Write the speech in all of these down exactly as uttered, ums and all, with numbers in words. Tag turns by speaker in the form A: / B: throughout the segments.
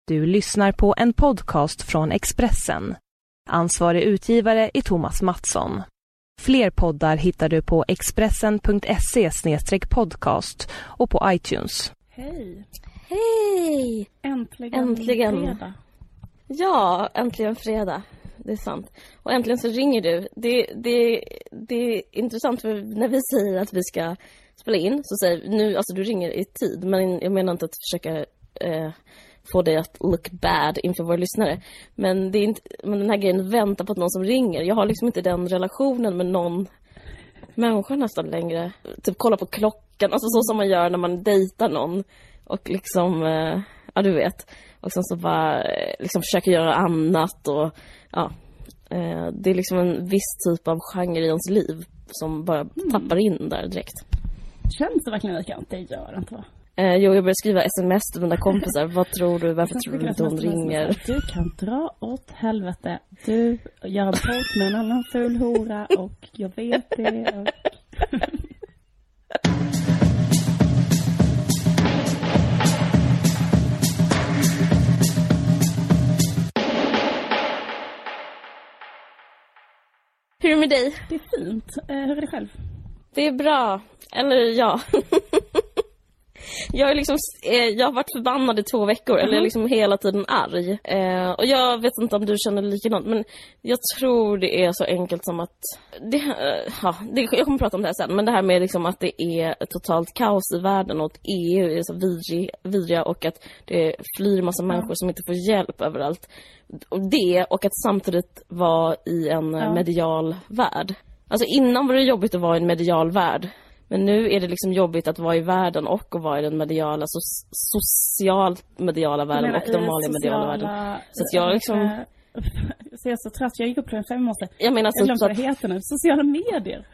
A: Du lyssnar på en podcast från Expressen. Ansvarig utgivare är Thomas Mattsson. Fler poddar hittar du på expressen punkt se slash podcast och på iTunes.
B: Hej!
C: Hej!
B: Äntligen,
C: äntligen
B: fredag.
C: Ja, äntligen fredag. Det är sant. Och äntligen så ringer du. Det, det, det är intressant för när vi säger att vi ska spela in så säger vi nu, alltså du ringer i tid. Men jag menar inte att försöka eh, få dig att look bad inför våra lyssnare. Men, det är inte, men den här grejen vänta på att någon som ringer. Jag har liksom inte den relationen med någon människa nästan längre. Typ kolla på klockan, alltså så som man gör när man dejtar någon. Och liksom, eh, ja du vet. Och sen så bara eh, liksom försöka göra annat och ja. Eh, det är liksom en viss typ av genre i ens liv som bara mm. tappar in där direkt.
B: Känns det verkligen likadant? Det gör inte va?
C: Eh, jo, jag började skriva sms till mina kompisar. Vad tror du? Varför tror du att hon ringer?
B: Du kan dra åt helvete. Du gör en podd med en annan ful hora och jag vet det. Och...
C: Hur är det med dig?
B: Det är fint. Eh, hur är det själv?
C: Det är bra. Eller ja. Jag, är liksom, eh, jag har varit förbannad i två veckor. Mm. Eller liksom hela tiden arg. Eh, och jag vet inte om du känner likadant. Men jag tror det är så enkelt som att... Det, eh, ja, det, jag kommer prata om det här sen. Men det här med liksom att det är totalt kaos i världen. Och att E U är så vidrig, vidriga. Och att det flyr en massa mm. människor som inte får hjälp överallt. Och det och att samtidigt vara i en ja. medial värld. Alltså innan var det jobbigt att vara i en medial värld. Men nu är det liksom jobbigt att vara i världen och att vara i den mediala, so- socialt mediala världen menar, och den vanliga mediala världen. Så att jag liksom...
B: Så jag är så trött, jag gick upp klockan fem måste.
C: Jag menar
B: jag
C: så
B: att... det heter nu. Sociala medier.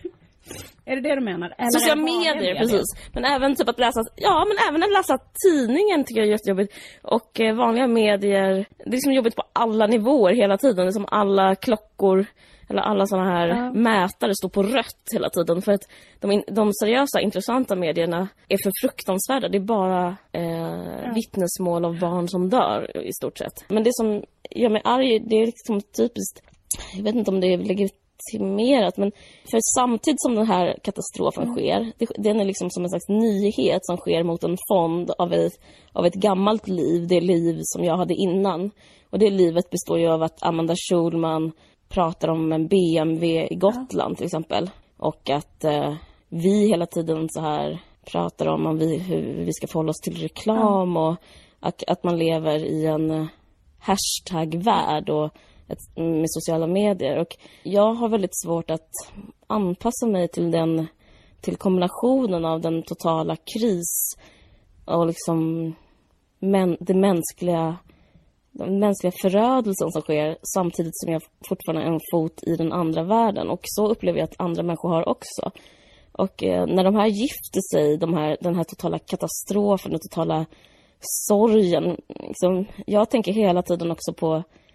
B: Är det det du menar? Eller
C: sociala medier, medier, precis. Men även typ att läsa, ja men även att läsa tidningen tycker jag är jättejobbigt. Och eh, vanliga medier, det är liksom jobbigt på alla nivåer hela tiden. Det är som alla klockor eller alla såna här ja. mätare står på rött hela tiden. För att de, de seriösa, intressanta medierna är för fruktansvärda. Det är bara eh, ja. vittnesmål av barn som dör i stort sett. Men det som gör mig arg, det är liksom typiskt, jag vet inte om det är legitimerat, men för samtidigt som den här katastrofen mm. sker, det, den är liksom som en slags nyhet som sker mot en fond av ett, av ett gammalt liv, det liv som jag hade innan. Och det livet består ju av att Amanda Schulman pratar om en B M W i Gotland till exempel. Och att eh, vi hela tiden så här pratar om, om vi, hur vi ska förhålla oss till reklam och att, att man lever i en hashtag-värld och ett, med sociala medier. Och jag har väldigt svårt att anpassa mig till den till kombinationen av den totala kris och liksom men, det mänskliga den mänskliga förödelsen som sker samtidigt som jag fortfarande är en fot i den andra världen. Och så upplever jag att andra människor har också. Och eh, när de här gifter sig, de här, den här totala katastrofen, den totala sorgen. Liksom, jag tänker hela tiden också på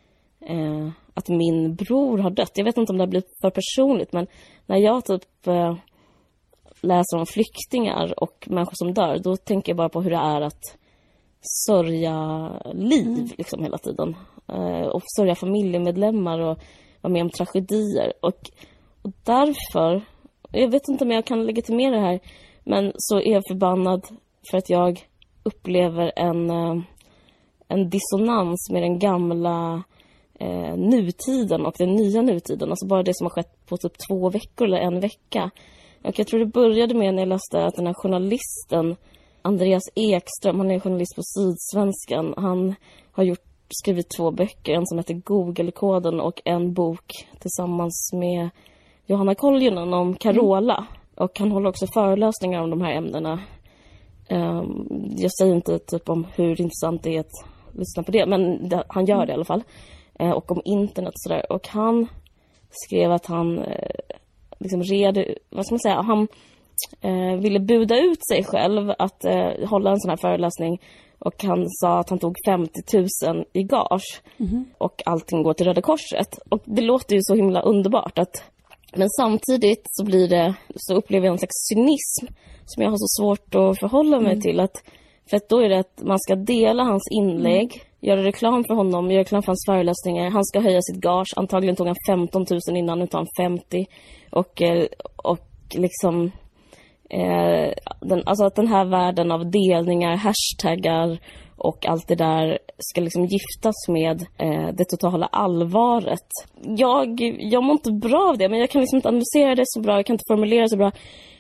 C: eh, att min bror har dött. Jag vet inte om det har blivit för personligt, men när jag typ eh, läser om flyktingar och människor som dör, då tänker jag bara på hur det är att sörja liv mm. liksom hela tiden. Uh, och sörja familjemedlemmar och vara med om tragedier. Och, och därför, jag vet inte om jag kan legitimera det här, men så är jag förbannad för att jag upplever en, uh, en dissonans med den gamla uh, nutiden och den nya nutiden. Alltså bara det som har skett på typ två veckor eller en vecka. Och jag tror det började med när jag läste att den här journalisten Andreas Ekström, han är journalist på Sydsvenskan. Han har gjort, skrivit två böcker. En som heter Google-koden och en bok tillsammans med Johanna Koljonen om Carola. Mm. Och han håller också föreläsningar om de här ämnena. Um, jag säger inte typ om hur intressant det är att lyssna på det. Men det, han gör det i alla fall. Uh, och om internet och sådär. Och han skrev att han uh, liksom red, vad ska man säga, han... Eh, ville buda ut sig själv att eh, hålla en sån här föreläsning, och han sa att han tog femtio tusen i gage mm-hmm. och allting går till Röda Korset, och det låter ju så himla underbart att, men samtidigt så blir det, så upplever jag en slags cynism som jag har så svårt att förhålla mig mm. till, att För att då är det att man ska dela hans inlägg, mm. göra reklam för honom, göra reklam för hans föreläsningar. Han ska höja sitt gage. Antagligen tog han femton tusen innan, nu tar han femtio. Och, och liksom... Eh, den, alltså att den här världen av delningar, hashtaggar och allt det där ska liksom giftas med eh, det totala allvaret. Jag, jag mår inte bra av det, men jag kan liksom inte analysera det så bra, jag kan inte formulera det så bra.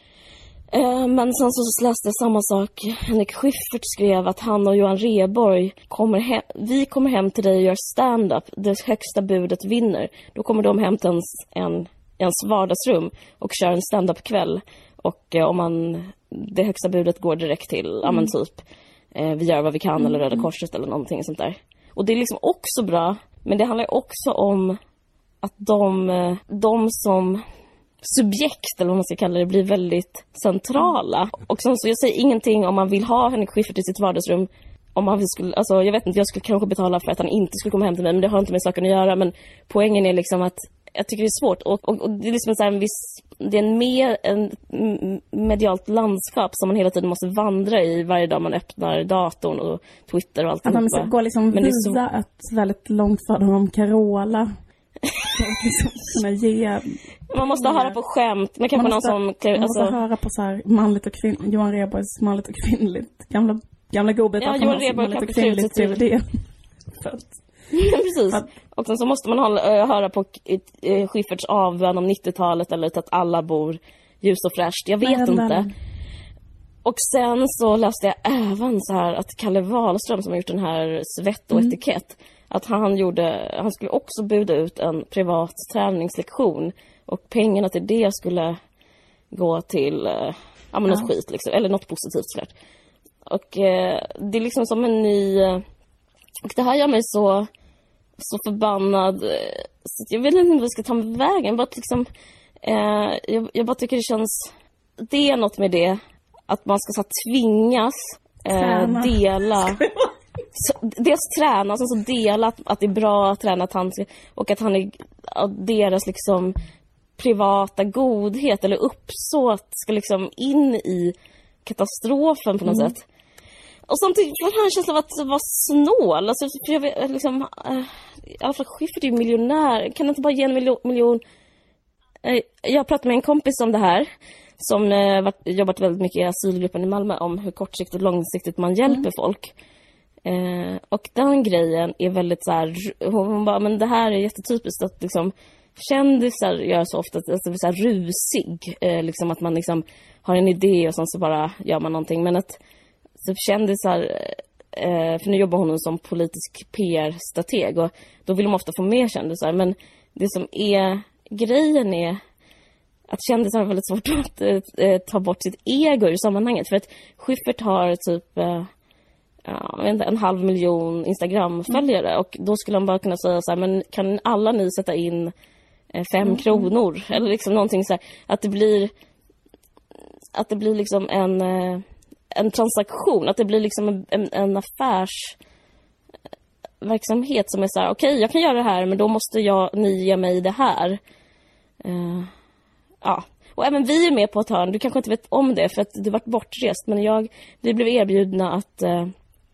C: Eh, men sen så läste jag samma sak. Henrik Schyffert skrev att han och Johan Rheborg kommer hem, vi kommer hem till dig och gör stand-up, det högsta budet vinner. Då kommer de hem till ens, en, ens vardagsrum och kör en stand-up-kväll. Och eh, om man, det högsta budet går direkt till, mm. ja men typ, eh, vi gör vad vi kan, mm. eller Röda Korset eller någonting sånt där. Och det är liksom också bra, men det handlar också om att de, de som subjekt, eller vad man ska kalla det, blir väldigt centrala. Mm. Och så, så jag säger ingenting om man vill ha Henrik Schyffert i sitt vardagsrum. Om man skulle, alltså jag vet inte, jag skulle kanske betala för att han inte skulle komma hem till mig, men det har inte med saken att göra. Men poängen är liksom att jag tycker det är svårt. Och, och, och det är liksom så här en viss, det är en mer en medialt landskap som man hela tiden måste vandra i varje dag man öppnar datorn och Twitter och allt.
B: Att man ska gå liksom via så... ett väldigt långt för om Carola. Liksom kunna ge...
C: Man måste höra på skämt. Men kanske
B: man måste,
C: någon som...
B: Man måste
C: alltså...
B: höra på så här manligt och kvinnligt. Johan Rheborgs manligt och kvinnligt. Gamla, gamla godbitar.
C: Ja, Johan Rheborg
B: manligt och kvinnligt D V D.
C: För att... Precis. Att... Och sen så måste man hålla, höra på Schyfferts avbön om nittiotalet eller att alla bor ljus och fräscht. Jag vet Nej, inte. Den... Och sen så läste jag även så här att Kalle Wahlström som har gjort den här Svett och mm. etikett, att han gjorde, han skulle också buda ut en privat träningslektion och pengarna till det skulle gå till ja, men något ja. skit liksom, eller något positivt såklart. Och eh, det är liksom som en ny, och det här gör mig så så förbannad, så jag vet inte vad jag ska ta med vägen, bara att liksom eh, jag, jag bara tycker det känns, det är något med det att man ska så tvingas eh, dela så, dels träna och så dela att, att det är bra att träna att han, och att han är att deras liksom privata godhet eller uppsåt ska liksom in i katastrofen på något mm. sätt. Och samtidigt får jag en känsla av att vara snål. Alltså, för jag vet, liksom, äh, i alla fall Schyffert är ju miljonär. Kan inte bara ge en miljon? miljon? Äh, jag har pratat med en kompis om det här. Som äh, varit, jobbat väldigt mycket i asylgruppen i Malmö. Om hur kortsiktigt och långsiktigt man hjälper mm. folk. Äh, och den grejen är väldigt så här. Hon bara, men det här är jättetypiskt att liksom kändisar gör så ofta att det blir så här rusig. Äh, liksom att man liksom har en idé och sen så bara gör man någonting. Men att typ kändisar, eh, för nu jobbar hon som politisk P R-strateg och då vill de ofta få mer kändisar, men det som är grejen är att kändisar har väldigt svårt att eh, ta bort sitt ego i sammanhanget, för att Schyffert har typ eh, ja, jag vet inte, en halv miljon Instagram-följare mm. och då skulle han bara kunna säga så här, men kan alla ni sätta in eh, fem mm. kronor eller liksom någonting så här, att det blir att det blir liksom en eh, en transaktion, att det blir liksom en, en, en affärsverksamhet som är så här, okej, okay, jag kan göra det här, men då måste jag, ni ge mig det här. Uh, ja, och även vi är med på ett hörn. Du kanske inte vet om det för att du varit bortrest, men jag, vi blev erbjudna att uh,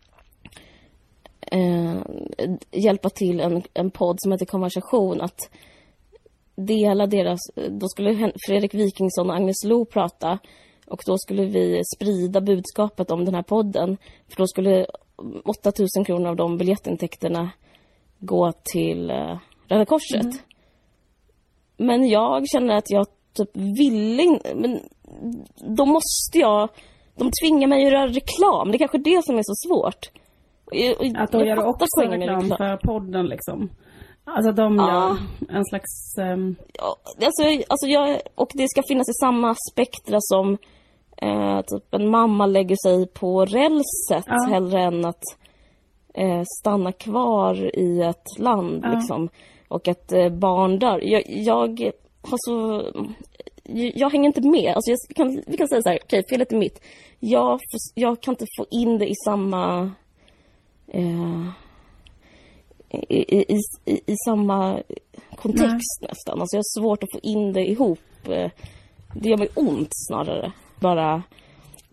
C: uh, hjälpa till en, en podd som heter Konversation, att dela deras, då skulle Fredrik Wikingsson och Agnes Lo prata. Och då skulle vi sprida budskapet om den här podden. För då skulle åtta tusen kronor av de biljettintäkterna gå till eh, Röda Korset. Mm. Men jag känner att jag typ vill inte... Men då måste jag... De tvingar mig att göra reklam. Det är kanske det som är så svårt.
B: Och, och, att då gör du också reklam för podden liksom. Alltså de gör ja. en slags... Um...
C: Ja, alltså, alltså jag, och det ska finnas i samma spektra som eh, typ en mamma lägger sig på rälset ja. hellre än att eh, stanna kvar i ett land. Ja. Liksom. Och att eh, barn dör. Jag, jag har så... Jag, jag hänger inte med. Alltså jag kan, vi kan säga så här, okej, okay, felet är mitt. Jag, jag kan inte få in det i samma... Eh, I, i, i, i samma kontext Nej. nästan. Alltså jag har svårt att få in det ihop. Det gör mig ont snarare. Bara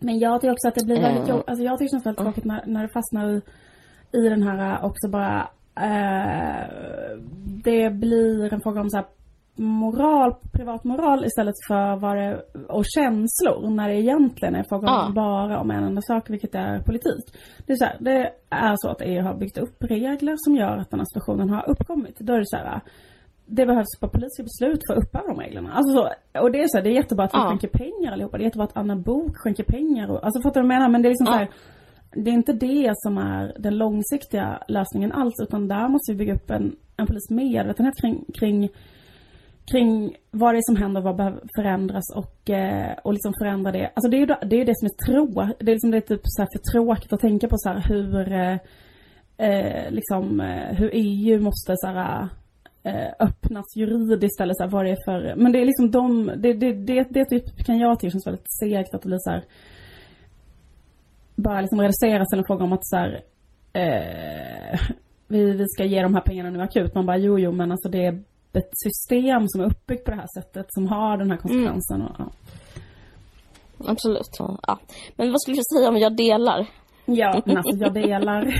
B: Men jag tycker också att det blir väldigt
C: Mm.
B: uh. alltså jag tycker det är väldigt tråkigt när, när det fastnar i, när det fastnar i, i den här också bara eh, det blir en fråga om så här moral, privat moral istället för vad det, och känslor, när det egentligen är fråga om
C: Ja.
B: bara om en enda sak, vilket är politik. Det är så här, det är så att E U har byggt upp regler som gör att den här situationen har uppkommit. Då är det så här, det behövs på politiska beslut för att upphäva de reglerna. Alltså så, och det är så här, det är jättebra att vi
C: Ja.
B: skänker pengar allihopa. Det är jättebra att Anna Bok skänker pengar. Och, alltså fattar du vad jag menar? Men det är liksom
C: Ja.
B: så här, det är inte det som är den långsiktiga lösningen alls, utan där måste vi bygga upp en, en politisk medvetenhet kring, kring, kring vad det är som händer, vad behöver förändras och, eh, och liksom förändra det. Alltså det är ju det, är det som är tråkigt. Det är liksom det är typ så här för tråkigt att tänka på så här hur eh, eh, liksom eh, hur E U måste så här eh, öppnas juridiskt eller så här, vad det är för, men det är liksom de det det det, det typ kan jag tycka känns väldigt segt att det blir så här bara liksom reduceras till en fråga om att så här, eh, vi, vi ska ge de här pengarna nu akut. Man bara jo jo men alltså det är ett system som är uppbyggt på det här sättet som har den här konsekvensen. Mm. Och, ja.
C: Absolut. Ja. Men vad skulle du säga om jag delar?
B: Ja, men alltså jag delar.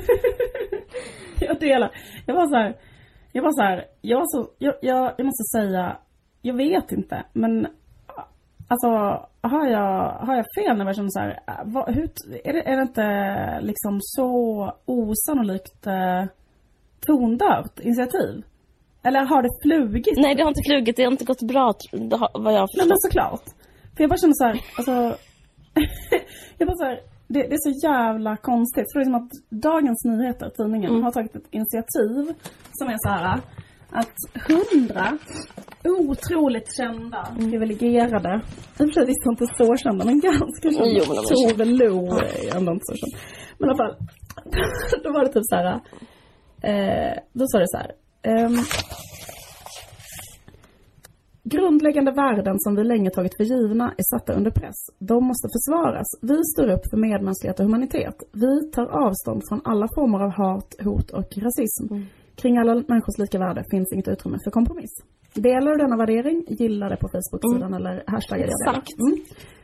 B: jag delar. Jag var så här, jag var så här, jag var så, jag, jag, jag måste säga, jag vet inte, men alltså har jag, har jag fel när jag känner så här, vad, hur, är, det, är det inte liksom så osannolikt eh, tondört initiativ? Eller har det flugit?
C: Nej, det har inte flugit, det har inte gått bra, det har, vad jag har förstått.
B: Nej, men såklart. För jag bara känner så här, alltså jag bara så här, det, det är så jävla konstigt. För det är som att Dagens Nyheter, tidningen, mm. har tagit ett initiativ som är så här att hundra otroligt kända, mm. privilegierade, i och för sig visst inte så kända, men ganska kända.
C: Jo, men
B: Tove Lo är ändå inte så känd. Men i alla fall, då var det typ så här, eh, då sa det så här, um, grundläggande värden som vi länge tagit för givna är satta under press. De måste försvaras. Vi står upp för medmänsklighet och humanitet. Vi tar avstånd från alla former av hat, hot och rasism. Mm. Kring alla människors lika värde finns inget utrymme för kompromiss. Delar du denna värdering? Gilla det på Facebook-sidan mm. eller hashtagga det.
C: Exakt.
B: Mm.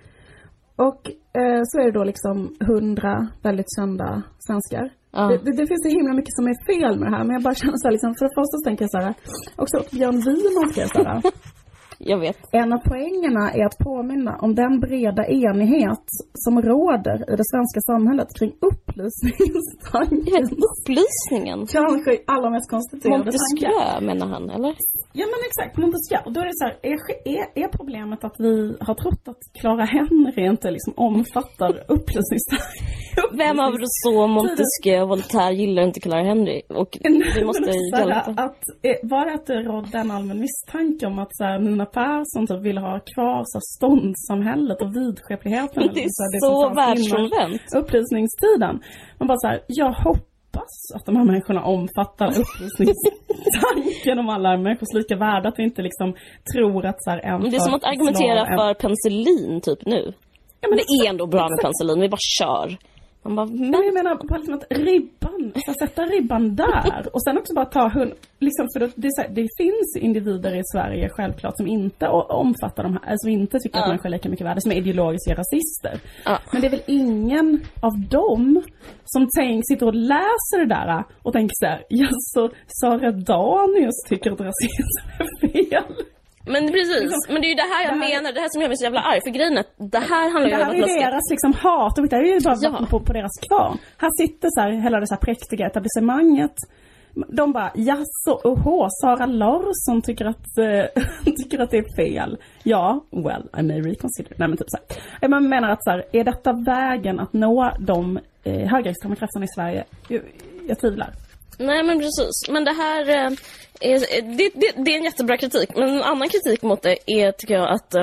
B: Och eh, så är det då liksom hundra väldigt kända svenskar. Ja. Det, det, det finns så himla mycket som är fel med det här. Men jag bara känner så här, liksom, för det första så tänker jag så här, också Björn Wiener ska jag säga.
C: Jag vet.
B: En av poängerna är att påminna om den breda enighet som råder i det svenska samhället kring upplysningstanken.
C: Upplysningen?
B: Kanske alla mest konstituerade
C: Montesquieu menar han, eller?
B: Ja, men exakt, Montesquieu. Och då är det så här, är, är, är problemet att vi har trott att Clara Henry inte liksom omfattar upplysningstanken?
C: Vem av så Montesquieu och Voltaire gillar inte Clara Henry? Och vi måste hjälpa.
B: Att, var det att det rådde en allmän misstanke om att så här, Nina Persson typ ville ha kvar så här, ståndssamhället och vidskepligheten?
C: Det är
B: så, här, det
C: så världsomvänt.
B: Upplysningstiden. Man bara så här, jag hoppas att de här människorna omfattar upplysningstanken om alla människors lika värde. Att vi inte liksom tror att så här, en
C: det är som att argumentera en... för penicillin typ nu. Ja, men det är ändå bra med penicillin, vi bara kör. Man bara, men...
B: men jag menar på liksom att ribban, så sätta ribban där och sen också bara ta hund, liksom för det, det, det finns individer i Sverige självklart som inte omfattar de här, alltså inte tycker ja. att människor är lika mycket värde, som är ideologiska rasister. Ja. Men det är väl ingen av dem som tänk, sitter och läser det där och tänker så här, ja så Sara Danius tycker att rasism är fel.
C: Men precis, liksom, men det är ju det här jag det här, menar, det här som gör mig så jävla arg. För grejen är, det här handlar ju om att...
B: Det här är deras liksom hat, och det är ju bara ja. på, på deras kvarn. Här sitter så här, hela det så här präktiga etablissemanget. De bara, jaså, oho, Sara Larsson tycker att, äh, tycker att det är fel. Ja, well, I may reconsider. Nej men typ så här. Man menar att så här, är detta vägen att nå de eh, högerextrema krafterna i Sverige? Jag, jag tvivlar.
C: Nej men precis, men det här är, det, det, det är en jättebra kritik. Men en annan kritik mot det är, tycker jag, att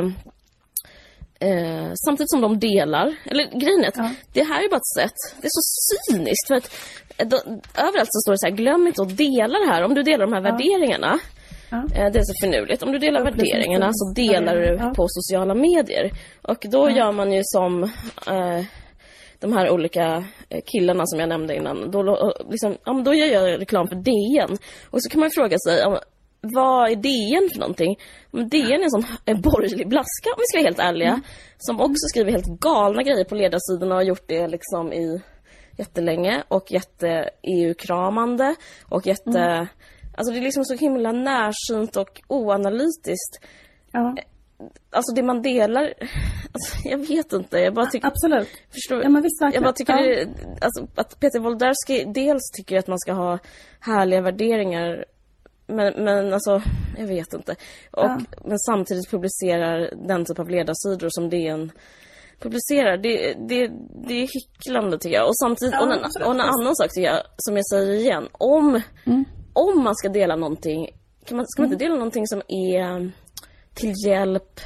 C: eh, samtidigt som de delar, eller grejen är att ja. det här är bara ett sätt, det är så cyniskt för att då, överallt så står det så här, glöm inte att dela det här. Om du delar de här ja. värderingarna, ja. eh, det är så finurligt. Om du delar ja, värderingarna så delar du ja. på sociala medier. Och då ja. gör man ju som... Eh, de här olika killarna som jag nämnde innan, då, liksom, ja, då gör jag reklam för D N. Och så kan man fråga sig, vad är D N för någonting? Men D N är en sån en borgerlig blaska, om vi ska vara helt ärliga. Mm. Som också skriver helt galna grejer på ledarsidorna och har gjort det liksom i jättelänge. Och jätte-E U-kramande. Och jätte... Mm. Alltså det är liksom så himla närsynt och oanalytiskt. Ja. Alltså det man delar, alltså jag vet inte, jag bara tycker...
B: Absolut.
C: Förstår,
B: ja, men visst,
C: jag bara tycker ja. det, alltså, att Peter Wolodarski dels tycker att man ska ha härliga värderingar, men, men alltså, jag vet inte. Och, ja. Men samtidigt publicerar den typ av ledarsidor som D N publicerar, det, det, det är hycklande tycker jag. Och samtidigt, ja, och, en, absolut, och en annan sak tycker jag, som jag säger igen, om, mm. om man ska dela någonting, kan man, ska man mm. inte dela någonting som är till hjälp,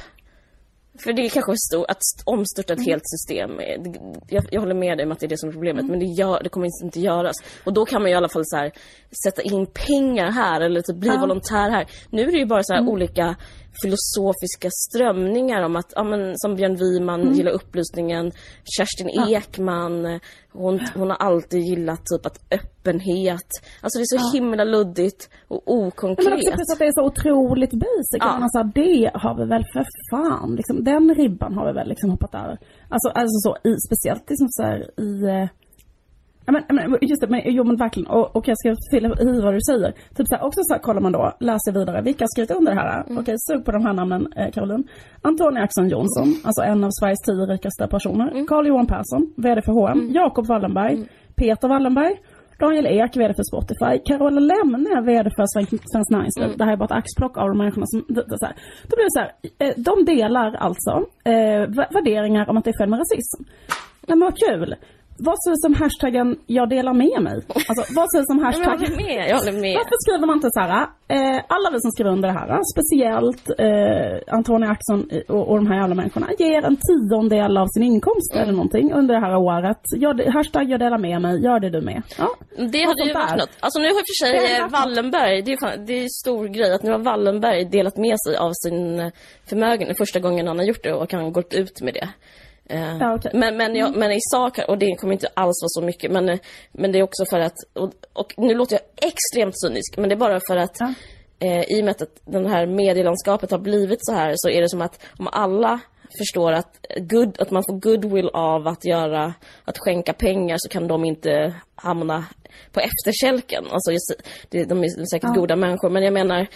C: för det är kanske stor, att omstörta ett mm. helt system. Jag, jag håller med dig om att det är det som är problemet, mm. men det, gör, det kommer inte göras. Och då kan man i alla fall så här, sätta in pengar här eller typ bli ja. volontär här. Nu är det ju bara så här mm. olika filosofiska strömningar om att, ja, men, som Björn Wiman mm. gillar upplysningen, Kerstin ja. Ekman, hon, hon har alltid gillat typ att öppenhet, alltså det är så ja. himla luddigt och okonkret.
B: Men också precis att det är så otroligt basic. Ja. Alltså, det har vi väl för fan, liksom, den ribban har vi väl liksom hoppat över. Alltså, alltså så, i, speciellt liksom så här, i... Ja, men, men just det, men, jo men verkligen, och, och jag ska fylla i vad du säger. Typ så här, också så här, kollar man då, läser vidare, vilka har skrivit under det här? Mm. Okej, sug på de här namnen, eh, Caroline. Antonia Axén Johnson, mm. alltså en av Sveriges tio rikaste personer. Mm. Carl Johan Persson, vd för H och M. Mm. Jakob Wallenberg, mm. Peter Wallenberg, Daniel Ek, vd för Spotify, Carola Lemne, vd för Svenskt Näringsliv. Mm. Det här är bara ett axplock av de människorna som, det, det, så här. Då blir det så här, eh, de delar alltså eh, värderingar om att det är fel med rasism. Men vad kul! Vad säger som hashtaggen jag delar med mig? Alltså, vad säger som hashtag?
C: Jag håller med, jag håller med.
B: Varför skriver man inte så här? Eh, alla vi som skriver under det här, speciellt eh, Antonia Axén och, och de här alla människorna, ger en tiondel av sin inkomst mm. eller någonting under det här året. Jag, hashtag jag delar med mig, gör det du med. Ja.
C: Det hade ju varit något. Alltså nu har för sig det Wallenberg, det är, fan, det är en stor grej att nu har Wallenberg delat med sig av sin förmögenhet första gången han har gjort det och kan gått ut med det. Uh, ja, okay. men, men, jag, men i sak, och det kommer inte alls vara så mycket, men, men det är också för att, och, och nu låter jag extremt cynisk, men det är bara för att ja. eh, i och med att det här medielandskapet har blivit så här, så är det som att om alla förstår att, good, att man får goodwill av att göra, att skänka pengar, så kan de inte hamna på efterkälken. Alltså, det, de är säkert ja. goda människor, men jag menar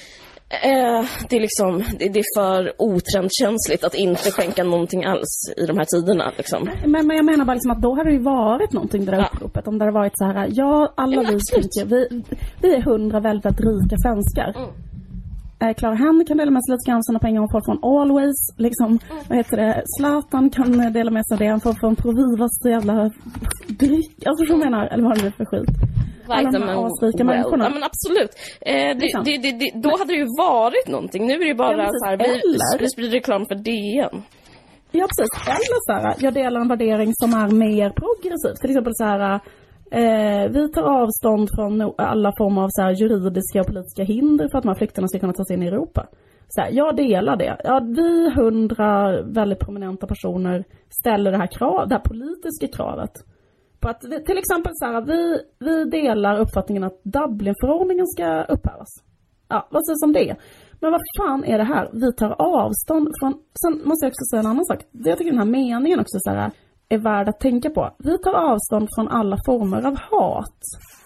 C: Eh, det är liksom det, det är för otrendkänsligt att inte skänka någonting alls i de här tiderna liksom.
B: Men, men jag menar bara liksom att då har det ju varit någonting det där ja. uppropet, om det har varit så här, ja alla ja, vi tänker, vi, vi är hundra väldigt, väldigt rika svenskar. Mm. Eh, Clara Henry kan dela med sig lite grann sådana pengar om folk från Always liksom, mm. vad heter det, Zlatan kan dela med sig av det, han får från Provivas jävla dryck, alltså vad jag menar, eller vad är det för skit? Alla de här asrika well. människorna.
C: Ja men absolut. Eh, det, det, det, det, då hade det ju varit någonting. Nu är det ju bara ja, så här, vi, vi sprider reklam för D N.
B: Ja precis. Eller så här, jag delar en värdering som är mer progressiv. Till exempel så här, eh, vi tar avstånd från alla former av så här, juridiska och politiska hinder för att de här flyktingarna ska kunna ta sig in i Europa. Så här, jag delar det. Ja, vi hundra väldigt prominenta personer ställer det här krav, det här politiska kravet. På att vi, till exempel så här, vi, vi delar uppfattningen att Dublinförordningen ska upphävas. Ja, vad sägs om det? Men vad fan är det här? Vi tar avstånd från... Sen måste jag också säga en annan sak. Jag tycker den här meningen också så här, är värd att tänka på. Vi tar avstånd från alla former av hat,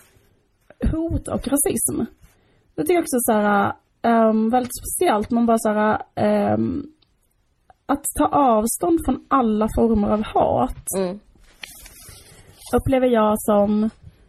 B: hot och rasism. Det tycker jag också så här, um, väldigt speciellt. Man bara så här, um, att ta avstånd från alla former av hat... Mm. upplever jag som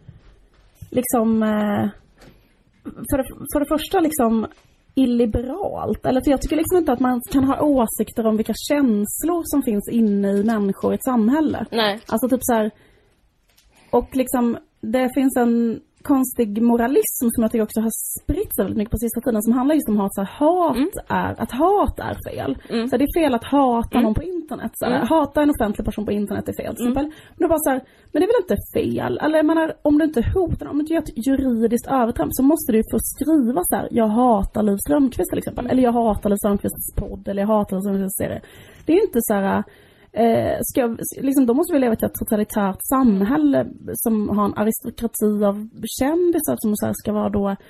B: liksom eh, för, det, för det första liksom illiberalt. Eller för jag tycker liksom inte att man kan ha åsikter om vilka känslor som finns inne i människor i ett samhälle.
C: Nej.
B: Alltså typ så här, och liksom det finns en konstig moralism som jag tycker också har spritt sig väldigt mycket på sista tiden, som handlar just om hat. Så här, hat mm. är, att hat är fel. Mm. Så det är fel att hata mm. någon på internet. Så här, mm. hata en offentlig person på internet är fel. Till exempel. Mm. Men, det bara så här, men det är väl inte fel? Eller jag menar, om du inte hotar, om du inte gör ett juridiskt övertramp, så måste du ju få skriva så här, jag hatar Liv Strömquist till exempel. Mm. Eller jag hatar Liv Strömquists podd. Eller jag hatar Liv Strömquists serie. Det är ju inte så här... Eh, ska, liksom, då måste vi leva i ett totalitärt samhälle som har en aristokrati av kändisar som så här, ska vara då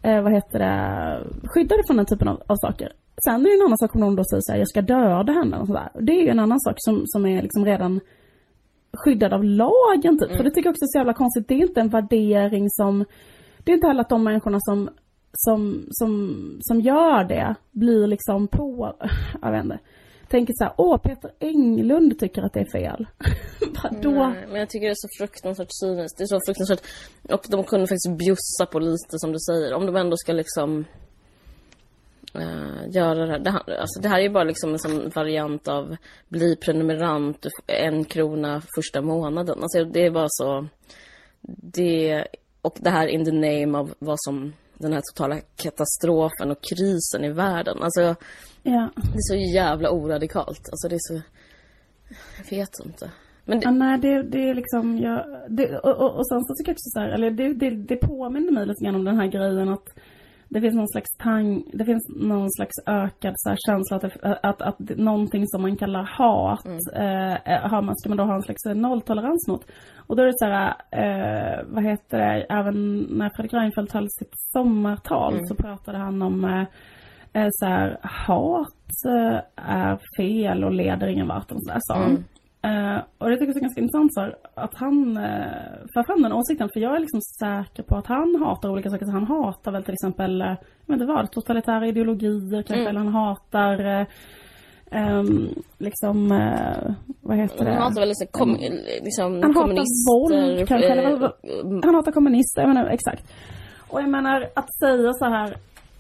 B: eh, vad heter det, skyddade från den typen av, av saker. Sen är det en annan sak om någon då säger så här, jag ska döda henne och sådär. Det är ju en annan sak som, som är liksom redan skyddad av lagen typ. Mm. För det tycker jag också är så jävla konstigt. Det är inte en värdering som, det är inte heller att de människorna som som, som, som gör det blir liksom på, jag vet inte, tänker så här, åh, Peter Englund tycker att det är fel. Då...
C: Nej, men jag tycker det är så fruktansvärt cyniskt. Det är så fruktansvärt, och de kunde faktiskt bjussa på lite som du säger. Om de ändå ska liksom uh, göra det här. Det här, alltså det här är ju bara liksom en sån variant av bli prenumerant en krona första månaden. Alltså det är bara så, det, och det här in the name av vad som den här totala katastrofen och krisen i världen. Alltså,
B: ja.
C: Det är så jävla oradikalt. Alltså, det är så... Jag vet inte. Men det...
B: Ja, nej, det, det är liksom... Jag, det, och, och, och sen så tycker jag också så här... Eller det, det, det påminner mig lite grann om den här grejen att det finns någon slags tang... Det finns någon slags ökad så här, känsla att, det, att, att, att någonting som man kallar hat mm. eh, har man, ska man då ha en slags nolltolerans mot. Och då är det så här, eh, vad heter det, även när Fredrik Reinfeldt höll sitt sommartal mm. så pratade han om eh, så här, hat eh, är fel och leder ingen vart och så där, sa han. Mm. Eh, och det tycker jag är ganska intressant så att han eh, för fram den åsikten, för jag är liksom säker på att han hatar olika saker. Så han hatar väl till exempel, jag vet inte vad, totalitära ideologier kanske, mm. eller han hatar eh, Um, liksom uh, vad heter det?
C: Han hatar väl liksom, kom, liksom
B: han
C: kommunister.
B: Hatar våld, kanske, eller vad, han hatar kommunister, jag menar, exakt. Och jag menar att säga så här,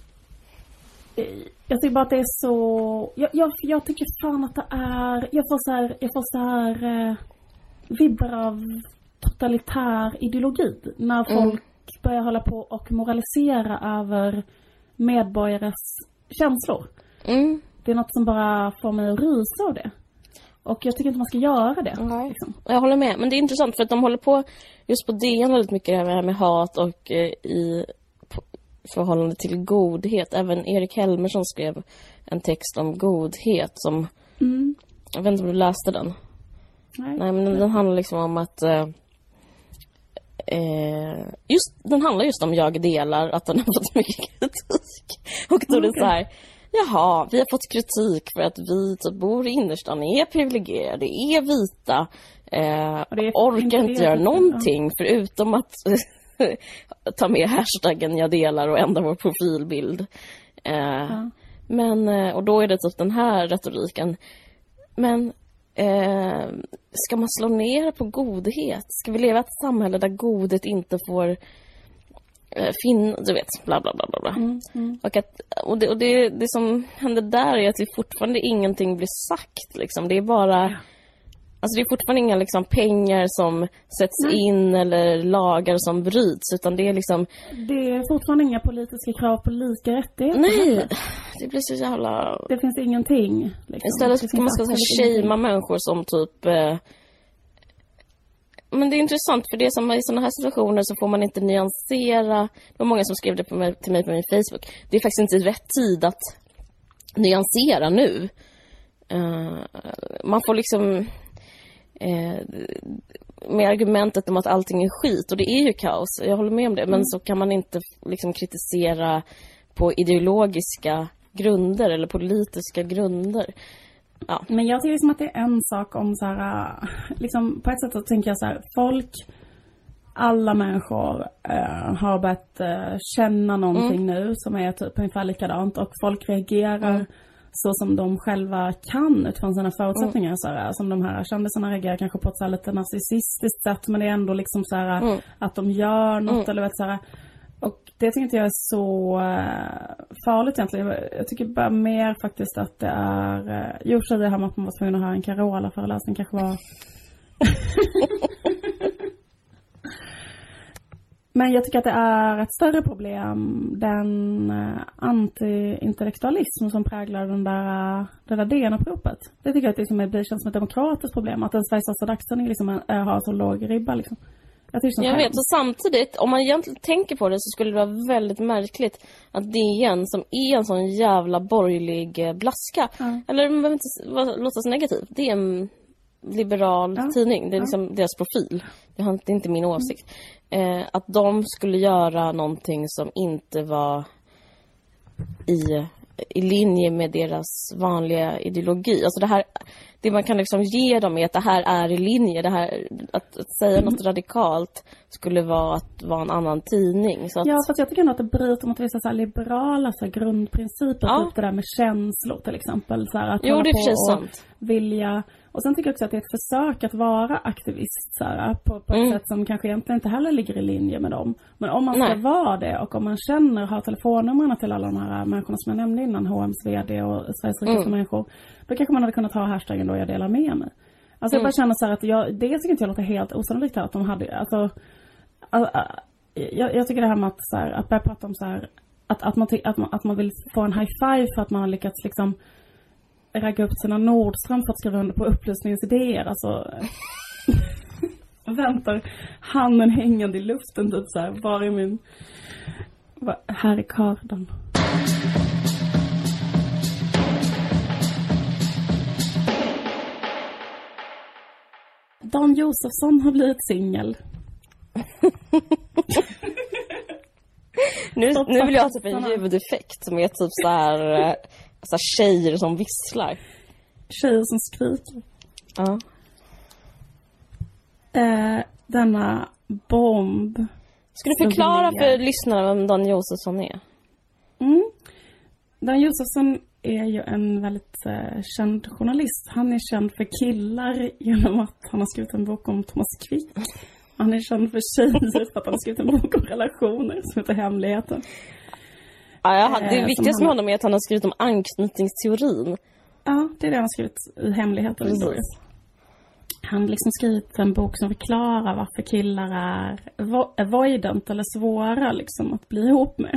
B: jag tycker bara att det är så, jag, jag, jag tycker fan att det är, jag får så här, jag får så här uh, vibbar av totalitär ideologi när folk mm. börjar hålla på och moralisera över medborgares känslor. Mm. Det är något som bara får mig att rysa av det. Och jag tycker inte man ska göra det.
C: Nej. Liksom. Jag håller med. Men det är intressant för att de håller på just på D N väldigt mycket det här med hat och eh, i förhållande till godhet. Även Erik Helmersson skrev en text om godhet som... Mm. Jag vet inte om du läste den. Nej, Nej men den, den handlar liksom om att... Eh, eh, just, den handlar just om jag delar att den har fått mycket kritik. Och då är det så här... Jaha, vi har fått kritik för att vi som bor i innerstan är privilegierade, är vita, eh, är orkar inte göra någonting förutom att ta med hashtaggen jag delar och ändra vår profilbild. Eh, ja. Men, och då är det typ den här retoriken. Men eh, ska man slå ner på godhet? Ska vi leva i ett samhälle där godhet inte får... Fin, du vet, bla bla bla bla. Mm, mm. Och, att, och, det, och det, det som händer där är att det fortfarande ingenting blir sagt. Liksom. Det är bara, alltså det är fortfarande inga liksom, pengar som sätts Nej. in eller lagar som bryts. Utan det är liksom...
B: Det är fortfarande inga politiska krav på lika rättigheter.
C: Nej, det blir så jävla...
B: Det finns ingenting. Liksom.
C: Istället ska man ska shama människor som typ... Eh, Men det är intressant för det som i sådana här situationer så får man inte nyansera. Det var många som skrev det på mig, till mig på min Facebook. Det är faktiskt inte rätt tid att nyansera nu. Uh, man får liksom uh, med argumentet om att allting är skit, och det är ju kaos. Jag håller med om det, mm. men så kan man inte liksom kritisera på ideologiska grunder eller politiska grunder. Ja.
B: Men jag tycker liksom att det är en sak om så här, liksom på ett sätt så tänker jag så här, folk, alla människor äh, har börjat äh, känna någonting mm. nu som är typ ungefär likadant, och folk reagerar mm. så som de själva kan utifrån sina förutsättningar. Mm. Så här, som de här kändisarna reagerar kanske på ett så här lite narcissistiskt sätt, men det är ändå liksom så här mm. att de gör något mm. eller vet så här. Och det tycker inte jag är så uh, farligt egentligen. Jag tycker bara mer faktiskt att det är... Uh, jo, så det här med att man var tvungen att ha en Carola-föreläsning kanske var... Men jag tycker att det är ett större problem, den uh, anti-intellektualism som präglar den där, uh, det där D N-uppropet. Det tycker jag att det, liksom är, det känns som ett demokratiskt problem. Att den Sveriges största dagstidning liksom, uh, har så låg ribba liksom. Jag,
C: jag vet, och samtidigt, om man egentligen tänker på det så skulle det vara väldigt märkligt att D N, som är en sån jävla borgerlig blaska, mm. eller man behöver inte låta så negativ, det är en liberal ja. tidning, det är liksom ja. deras profil, det är inte min åsikt. eh, att de skulle göra någonting som inte var i, i linje med deras vanliga ideologi. Alltså det här, det man kan liksom ge dem är att det här är i linje. Det här, att, att säga något radikalt skulle vara att vara en annan tidning. Så att...
B: Ja, fast jag tycker nog att det bryter mot vissa så här liberala så här grundprinciper.
C: Ja.
B: Typ det där med känslor till exempel. Så här, att
C: jo, det är precis
B: och
C: sant.
B: Vilja. Och sen tycker jag också att det är ett försök att vara aktivist så här, på, på ett
C: Mm.
B: sätt som kanske egentligen inte heller ligger i linje med dem. Men om man ska
C: Nej.
B: vara det och om man känner, har telefonnumren till alla de här människorna som jag nämnde innan, H och M's vd och Sveriges rikaste
C: Mm.
B: människor, då kanske man hade kunnat ha hashtaggen då jag delar med mig. Alltså jag
C: Mm.
B: bara känner så här att jag, det tycker inte jag låter helt osannolikt här att de hade, alltså, alltså jag, jag tycker det här med att, så här, att börja prata om så här, att, att, man, ty- att, man, att man vill få en high five för att man har lyckats liksom ragga upp sina Nordström för att skriva under på upplysningsidéer. Alltså väntar handen hängande i luften typ så här. Var är min... Var... Här är kardan. Dan Josefsson har blivit singel.
C: Nu, nu vill jag ha typ en ljudeffekt som är typ så här, eh, så här tjejer som visslar.
B: Tjejer som skriker.
C: Ja.
B: Eh, denna bomb.
C: Ska du förklara
B: Som
C: för lyssnarna vem Dan Josefsson är?
B: Mm. Dan Josefsson är ju en väldigt eh, känd journalist. Han är känd för killar genom att han har skrivit en bok om Thomas Quick. Han är känd för tjejer för att han har skrivit en bok om relationer som heter Hemligheten.
C: Ja, jag, det
B: Eh,
C: viktigaste
B: som
C: med
B: han-
C: honom är att han har skrivit om anknytningsteorin.
B: Ja, det är det han har skrivit i Hemligheten.
C: Precis.
B: Han har liksom skrivit en bok som förklarar varför killar är avo- avoidant eller svåra liksom att bli ihop med.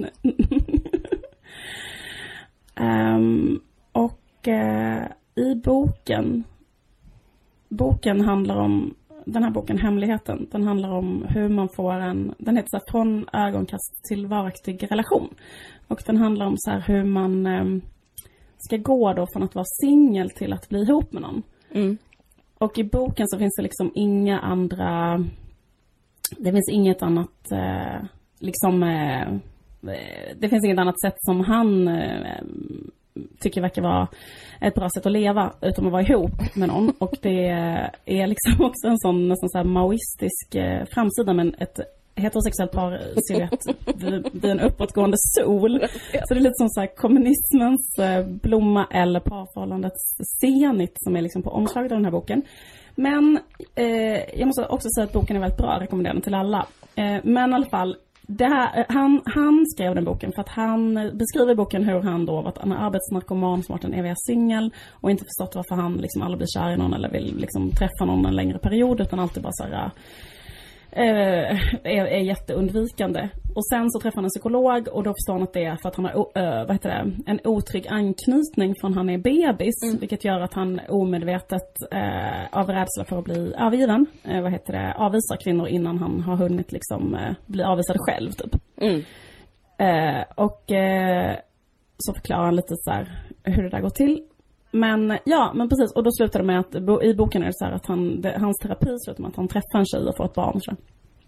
B: um, och uh, i boken boken handlar om den här boken Hemligheten, den handlar om hur man får en, den heter så här, från ögonkast till varaktig relation. Och den handlar om så här hur man um, ska gå då från att vara singel till att bli ihop med någon.
C: Mm.
B: Och i boken så finns det liksom inga andra, det finns inget annat eh, liksom eh, det finns inget annat sätt som han eh, tycker verkar vara ett bra sätt att leva utom att vara ihop med någon. Och det är liksom också en sån nästan så här maoistisk eh, framsida, men ett heterosexuellt par silhuett vid, vid en uppåtgående sol. Så det är lite som så här kommunismens eh, blomma eller parförhållandets zenit som är liksom på omslaget av den här boken. Men eh, jag måste också säga att boken är väldigt bra, rekommenderar den till alla. Eh, men i alla fall, det här, han, han skrev den boken för att han beskriver i boken hur han då varit en arbetsnarkoman som varit en eviga singel och inte förstått varför han liksom aldrig blir kär i någon eller vill liksom träffa någon en längre period, utan alltid bara så här, är, är jätteundvikande. Och sen så träffar han en psykolog och då förstår han att det är för att han har uh, vad heter det, en otrygg anknytning från han är bebis, mm. vilket gör att han omedvetet uh, av rädsla för att bli övergiven uh, vad heter det, avvisar kvinnor innan han har hunnit liksom uh, bli avvisad själv typ.
C: Mm.
B: Uh, och uh, så förklarar han lite så här hur det där går till. Men ja, men precis. Och då slutar det med att i boken är det så här att han, det, hans terapi slutar med att han träffar en tjej och får ett barn. Så.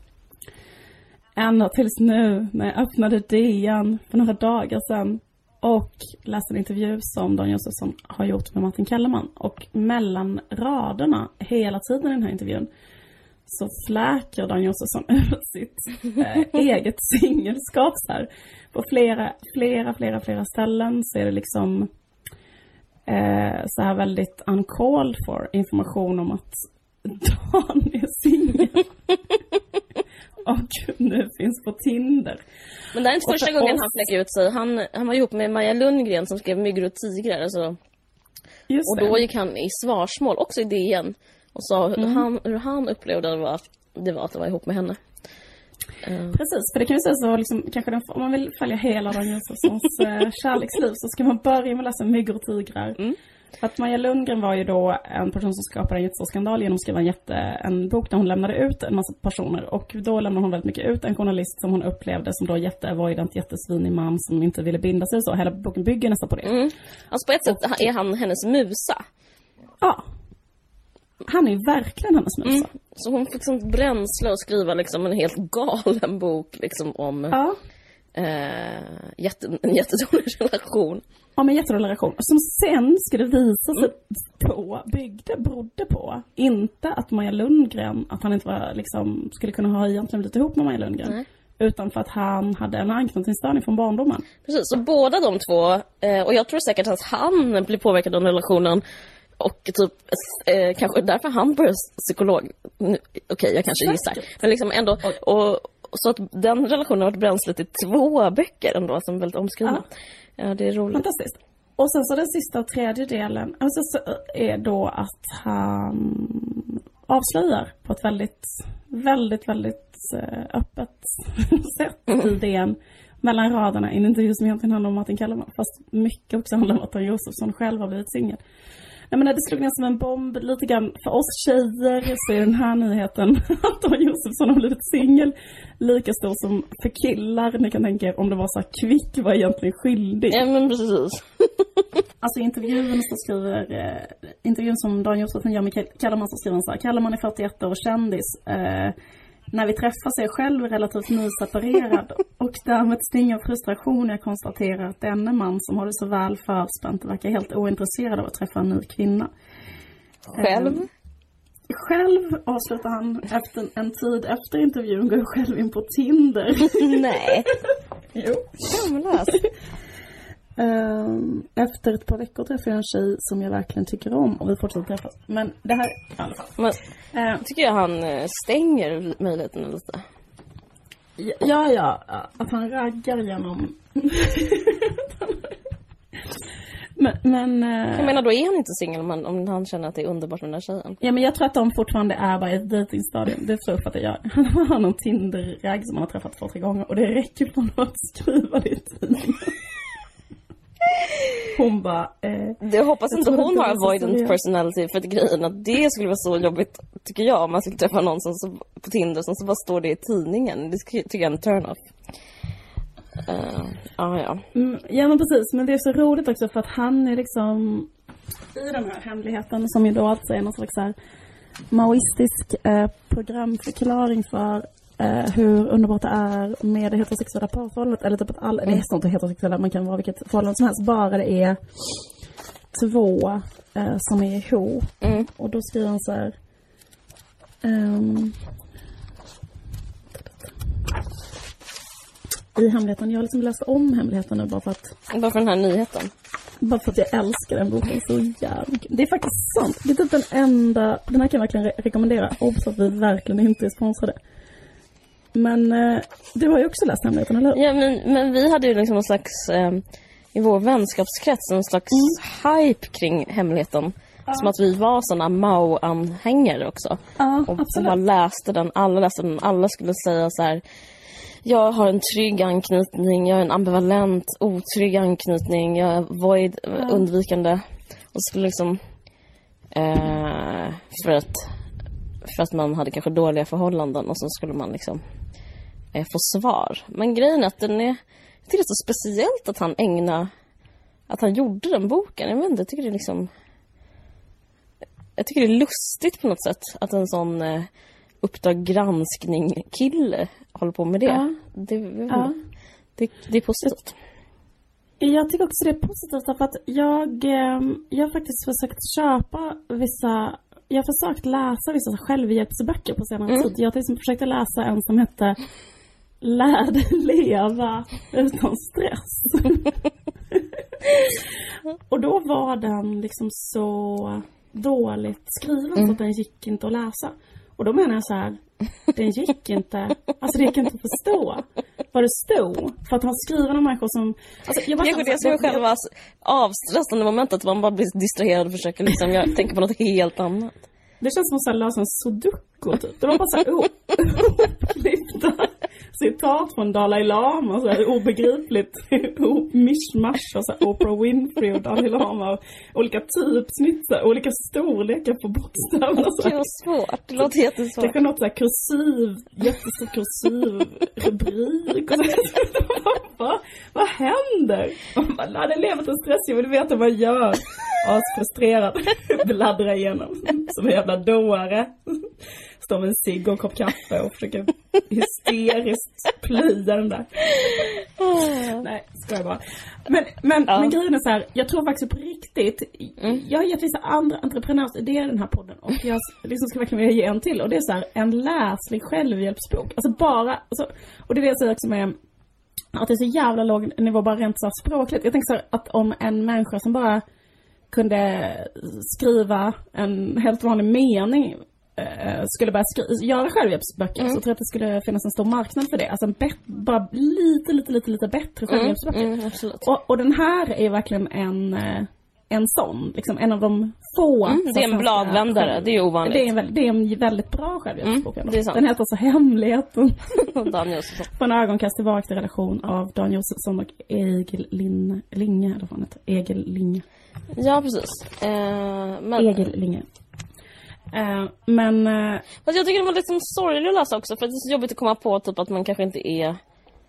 B: Ända tills nu när jag öppnade D N för några dagar sedan och läste en intervju som Dan Josefsson har gjort med Martin Kellerman. Och mellan raderna hela tiden i den här intervjun så fläker Dan Josefsson ur sitt eh, eget singelskap så här. På flera, flera, flera, flera ställen så är det liksom Eh, så här väldigt uncalled for information om att Dan är singel och nu finns på Tinder.
C: Men det är inte första
B: för
C: gången
B: oss...
C: han fläcker ut sig. Han, han var ihop med Maja Lundgren som skrev Myggor och tigrar. Alltså.
B: Just
C: och då det. gick han i svarsmål, också i D N, och sa hur, mm. han, hur han upplevde det var, det var att vara ihop med henne. Uh.
B: Precis, för det kan ju säga så liksom, kanske den, om man vill följa hela Dan Josefssons eh, kärleksliv så ska man börja med att läsa Myggor och tigrar. Mm. För att Maja Lundgren var ju då en person som skapade en jättestor skandal genom att skriva en, jätte, en bok där hon lämnade ut en massa personer. Och då lämnade hon väldigt mycket ut en journalist som hon upplevde som då jätteavoidant, jättesvinig man som inte ville binda sig så. Hela boken bygger nästan på det.
C: Mm. Alltså på ett sätt och, är han hennes musa.
B: Ja. han är ju verkligen hennes musa. Mm.
C: Så hon fick sånt bränsle att skriva liksom en helt galen bok liksom om
B: ja.
C: eh, jätte, en jättedålig relation.
B: Ja, men jättedålig relation. Som sen skulle visa sig mm. på, byggde, berodde på, inte att Maja Lundgren, att han inte var, liksom, skulle kunna ha egentligen blivit ihop med Maja Lundgren. Nej. Utan för att han hade en anknytningsstörning från barndomen. Precis,
C: så båda de två, eh, och jag tror säkert att han blir påverkad av relationen. Och typ, eh, kanske därför han började psykolog. Okej, okay, jag kanske gissar. Men liksom ändå, och, och, så att den relationen har varit bränslet i två böcker ändå, som är väldigt omskrivna. Ja. Ja, det är roligt.
B: Fantastiskt. Och sen så den sista och tredje delen alltså, så är då att han avslöjar på ett väldigt, väldigt, väldigt öppet sätt mm. i D N mellan raderna i en intervju som egentligen handlar om Martin Kellerman, fast mycket också handlar om att Don Josefsson själv har blivit singel. Jag menar, det slog ner som en bomb lite grann för oss tjejer, så är den här nyheten att Don Josefsson har blivit singel lika stor som för killar. Ni kan tänka er om det var så här, Kvick var egentligen skyldig.
C: Ja, men precis.
B: Alltså intervjun så skriver eh, intervjun som Don Josefsson gör med Kellerman, så skriver han så här: Kellerman är fyrtioett år och kändis. Eh, När vi träffas är jag själv relativt nyseparerad och därmed sting av frustration jag konstaterar att denne man som har det så väl förspänt verkar helt ointresserad av att träffa en ny kvinna.
C: Själv?
B: Um, själv avslutar han efter en tid efter intervjun, går själv in på Tinder.
C: Nej.
B: Jo.
C: Jävlar.
B: Um, efter ett par veckor träffar jag en tjej som jag verkligen tycker om och vi fortsätter träffas. Men det här i alla fall.
C: Men, uh, tycker jag han stänger möjligheten lite.
B: Ja, ja. Att han raggar genom... men, men, uh...
C: jag menar, då är han inte singel om, om han känner att det är underbart med den här tjejen.
B: Ja, men jag tror att de fortfarande är bara i ett dejtingstadium. Det tror jag att jag. Han har någon Tinder-ragg som han har träffat två, tre gånger och det räcker för honom att skriva det i tiden. Hon bara... Eh,
C: det hoppas inte hon har avoidant personality, för att grejen att det skulle vara så jobbigt, tycker jag, om man skulle träffa någon som så, på Tinder som så bara står det i tidningen. Det tycker jag är en turn-off. Uh, ah, ja.
B: Mm, ja, men precis. Men det är så roligt också för att han är liksom i den här hemligheten som ju då alltså är någon slags så här maoistisk eh, programförklaring för Uh, hur underbart det är med det heterosexuella parförhållandet, eller typ att alla, det är sånt heterosexuella, man kan vara vilket förhållande som helst, bara det är två uh, som är ihop. Mm. Och då skriver han så här um, i hemligheten, jag har liksom läst om hemligheten nu bara för att
C: bara för den här nyheten.
B: Bara för att jag älskar den boken så jävla mycket. Det är faktiskt sant. Det är typ den enda, den här kan jag verkligen re- rekommendera. Obs att vi verkligen inte är sponsrade. Men eh, du har ju också läst hemligheten, eller hur?
C: Ja, men, men vi hade ju liksom en slags, eh, i vår vänskapskrets, en slags mm. hype kring hemligheten. Ja. Som att vi var såna Mao-anhängare också.
B: Ja,
C: och
B: absolut.
C: Man läste den, alla läste den, alla skulle säga så här: jag har en trygg anknytning, jag är en ambivalent, otrygg anknytning, jag är void, ja. undvikande. Och skulle liksom, eh, för att... för att man hade kanske dåliga förhållanden och så skulle man liksom eh, få svar. Men grejen är att den är, jag tycker det är så speciellt att han ägnar, att han gjorde den boken. Jag vet inte, jag tycker det är liksom, jag tycker det är lustigt på något sätt att en sån eh, Uppdrag granskning-kille håller på med det. Ja. Det, ja. det, det är positivt.
B: Jag tycker också det är positivt för att jag, jag har faktiskt försökt köpa vissa, jag har försökt läsa vissa självhjälpsböcker på senare mm. tid. Jag har till exempel försökt läsa en som hette Lär dig leva utan stress. Och då var den liksom så dåligt skriven mm. så att den gick inte att läsa. Och då menar jag så här, den gick inte, alltså det gick inte att förstå vad det stod. För att han skriver om människor som... Alltså, jag bara,
C: jag det som själva avstressande momentet att man bara blir distraherad och försöker liksom, jag tänker på något helt annat.
B: Det känns som att lösa en sudoku typ. Det var bara så här upplyfta citat från Dalai Lama, så här obegripligt mishmash och så här Oprah Winfrey och Dalai Lama och olika typsnitt, så här, olika storlekar på bokstäverna.
C: Det var svårt, det låter jättesvårt.
B: Det kan något så här kursiv, jättestor kursiv rubrik och så här. vad, vad händer? Man bara, lär dig leva till stress, jag vill veta vad jag gör. asfrustrerad. Bläddrar igenom som en jävla dåre. Står med en cigg och en kopp kaffe och försöker hysteriskt plöja den där. Nej, ska jag bara. Men, men, ja. men grejen är så här, jag tror faktiskt på riktigt, mm. jag har gett vissa andra entreprenörsidéer i den här podden och jag liksom ska verkligen vilja ge en till. Och det är så här, en läslig självhjälpsbok. Alltså bara, alltså, och det är det jag säger också med att det är så jävla låg nivå bara rent så språkligt. Jag tänker så här, att om en människa som bara kunde skriva en helt vanlig mening skulle börja skri- göra självhjälpsböcker mm. så tror jag att det skulle finnas en stor marknad för det. Alltså en bet- bara lite, lite, lite, lite bättre självhjälpsböcker. Mm, mm, och, och den här är verkligen en, en sån, liksom en av de få.
C: Mm, det är en bladvändare, det är ovanligt.
B: Det är en, väldigt, det är en väldigt bra självhjälpsbok. Mm,
C: den
B: heter så Hemligheten.
C: Dan Josefsson.
B: På en ögonkast tillbaka till relation av Dan Josefsson och Egil Linne, Linge, eller vad han heter. Egil Linge.
C: Ja, precis. Uh, men...
B: Egil Linge. Uh, men uh,
C: Fast jag tycker det var liksom sorgligt att läsa också, för det är så jobbigt att komma på typ att man kanske inte är uh,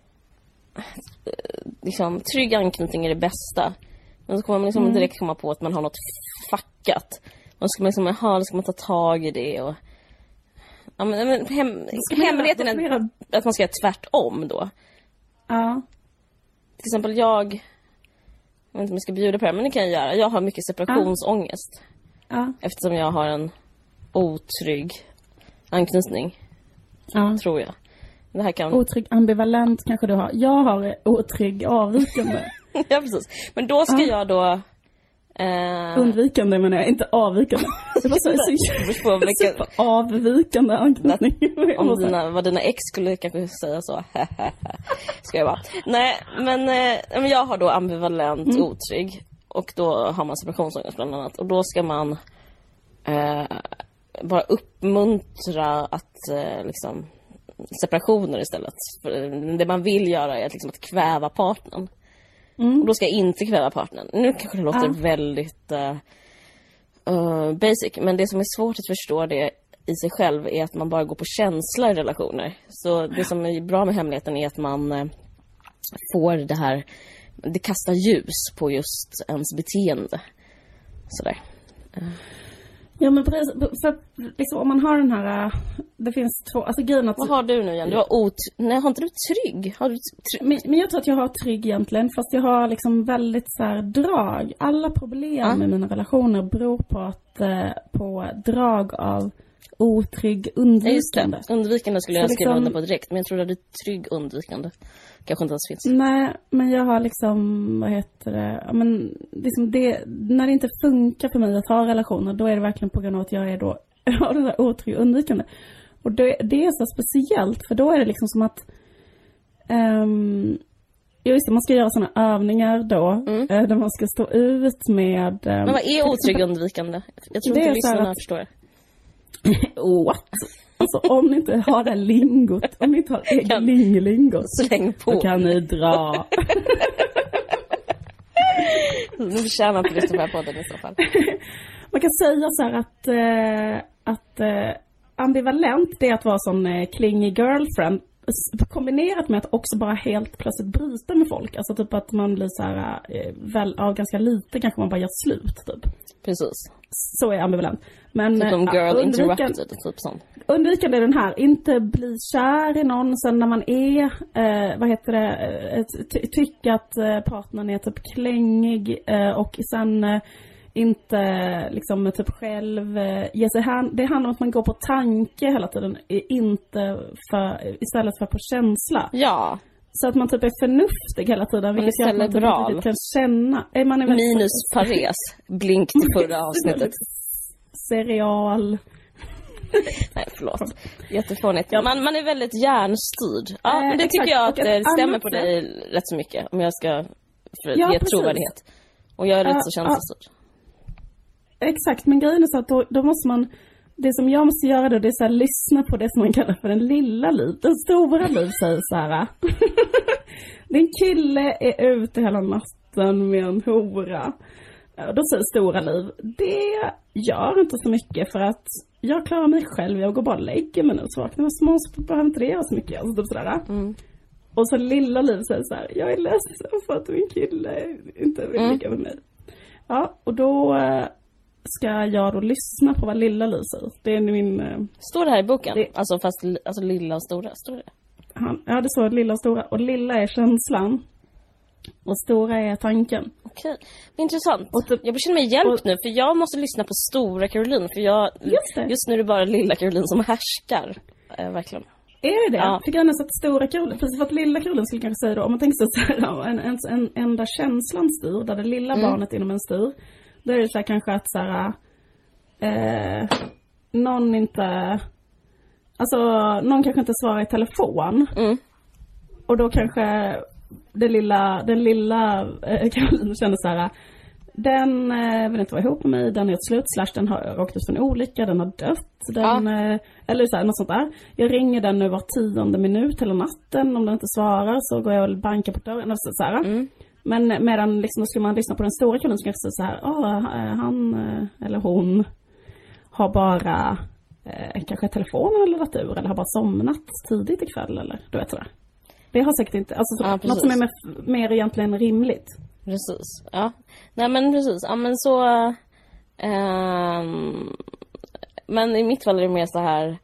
C: liksom, trygg anknytning är det bästa. Men så kommer man liksom mm. direkt komma på att man har något fuckat. Man ska liksom ha, ska man ta tag i det och ja, men, men hem, hemligheten är att man ska göra tvärtom då.
B: Ja.
C: Till exempel jag jag vet inte om jag ska bjuda på det, men det kan jag göra. Jag har mycket separationsångest.
B: Ja.
C: Eftersom jag har en otrygg anknytning.
B: Ja.
C: Tror jag. Det här kan...
B: Otrygg ambivalent kanske du har. Jag har otrygg avvikande.
C: Ja, precis. Men då ska ja. jag då... Eh...
B: Undvikande menar jag, inte avvikande. Det var så, så, så avvikande anknytning.
C: Om dina, vad dina ex skulle kanske säga så. Ska jag bara. Nej, men, eh, men jag har då ambivalent mm. otrygg. Och då har man separationsångest bland annat. Och då ska man eh, bara uppmuntra att eh, liksom, separationer istället. För det man vill göra är att, liksom, att kväva partnern. Mm. Och då ska jag inte kväva partnern. Nu kanske det låter ah. väldigt uh, uh, basic. Men det som är svårt att förstå det i sig själv är att man bara går på känsla i relationer. Så det som är bra med hemligheten är att man uh, får det här... Det kastar ljus på just ens beteende. Sådär. Uh.
B: Ja, men precis, för liksom, om man har den här, det finns två, alltså grejen att...
C: Vad har du nu igen? Du har ot... Nej, har inte du trygg? Har du
B: trygg? Men, men jag tror att jag har trygg egentligen, fast jag har liksom väldigt så här drag. Alla problem ah. med mina relationer beror på att, eh, på drag av otrygg undvikande.
C: Ja, undvikande skulle så jag skriva liksom... under på direkt, men jag tror att det är trygg undvikande. Kanske inte ens finns.
B: Nej, men jag har liksom, vad heter det, ja, men liksom det, när det inte funkar för mig att ha relationer, då är det verkligen på grund av att jag är då, har det där otrygg undvikande. Och det, det är så speciellt, för då är det liksom som att um, just det, man ska göra sådana övningar då, mm. där man ska stå ut med... Um,
C: men vad är otrygg undvikande? Jag tror inte lyssnarna att... förstår det.
B: What? Alltså om ni inte har det lingot, om ni inte har egen lingelingot,
C: släng på.
B: Då kan ni dra.
C: Nu förtjänar att lyssna på här podden i så fall.
B: Man kan säga så här att, äh, att äh, ambivalent, det är att vara sån äh, clingy girlfriend kombinerat med att också bara helt plötsligt bryta med folk. Alltså typ att man blir så här äh, väl, ja, ganska lite, kanske man bara gör slut typ.
C: Precis.
B: Så är ambivalent. Men
C: typ om girl
B: äh,
C: interrupted, typ sånt.
B: Undvikande är den här, inte bli kär i någon sen när man är, eh, vad heter det, eh, ty- tycka att eh, partnern är typ klängig eh, och sen eh, inte liksom typ själv eh, ge sig hand. Det handlar om att man går på tanke hela tiden, inte för, istället för på känsla.
C: Ja.
B: Så att man typ är förnuftig hela tiden, vilket gör att man typ inte kan känna. Är man är
C: minus pares, blink till förra avsnittet.
B: Serial.
C: Nej, förlåt. Jättefånigt. Ja, man, man är väldigt hjärnstyrd. Ja, men det tycker exakt. Jag att det stämmer på dig rätt så mycket. Om jag ska för
B: ja,
C: ge trovärdighet. Och jag är rätt uh, så känslostyrd.
B: Uh, exakt, men grejen är så att då, då måste man... Det som jag måste göra då, det är så här, lyssna på det som man kallar för den lilla liv. Den stora liv säger så här. Din kille är ute hela natten med en hora. Då säger stora liv, det gör inte så mycket för att jag klarar mig själv. Jag går bara och lägger mig nu. Så vaknar jag små så behöver inte det göra så mycket. Alltså, typ sådär. Mm. Och så lilla liv säger så här, jag är ledsen för att min kille inte vill ligga med mig. Ja, och då eh, ska jag då lyssna på vad Lilla Liv säger. Det är min... Eh,
C: står det här i boken? Det... Alltså fast alltså lilla och stora, står det?
B: Han, ja, det står lilla och stora. Och lilla är känslan. Och stora är tanken.
C: Okej, intressant.
B: Och typ,
C: jag känner mig hjälp
B: och,
C: nu, för jag måste lyssna på stora Caroline. För jag,
B: just, det.
C: just nu är det bara lilla Caroline som härskar. Eh, verkligen.
B: Är det det?
C: Ja.
B: Tycker jag nästan att stora Caroline, precis för att lilla Caroline skulle kanske säga då, om man tänker sig så här, en, en, en enda känslan styr, där det lilla mm. barnet inom en styr. Då är det så här kanske att så här, eh, någon inte, alltså någon kanske inte svarar i telefon. Mm. Och då kanske det lilla, den lilla eh, Caroline känner så här, den eh, vill inte vara ihop med mig, den är ett slut, slash den har råkat ut för en olycka, den har dött, den, ja. eh, eller så här, något sånt där. Jag ringer den nu var tionde minut eller natten, om den inte svarar så går jag och bankar på dörren och så, så här. Mm. Men medan liksom, då skulle man lyssna på den stora kunden så kanske säga så här, åh, han eller hon har bara eh, kanske telefonen eller dator, eller har bara somnat tidigt ikväll, eller du vet sådär. Det har säkert inte, alltså ja, något som är mer, mer egentligen rimligt.
C: Precis, ja. Nej men precis, ja men så um, men i mitt fall är det mer så här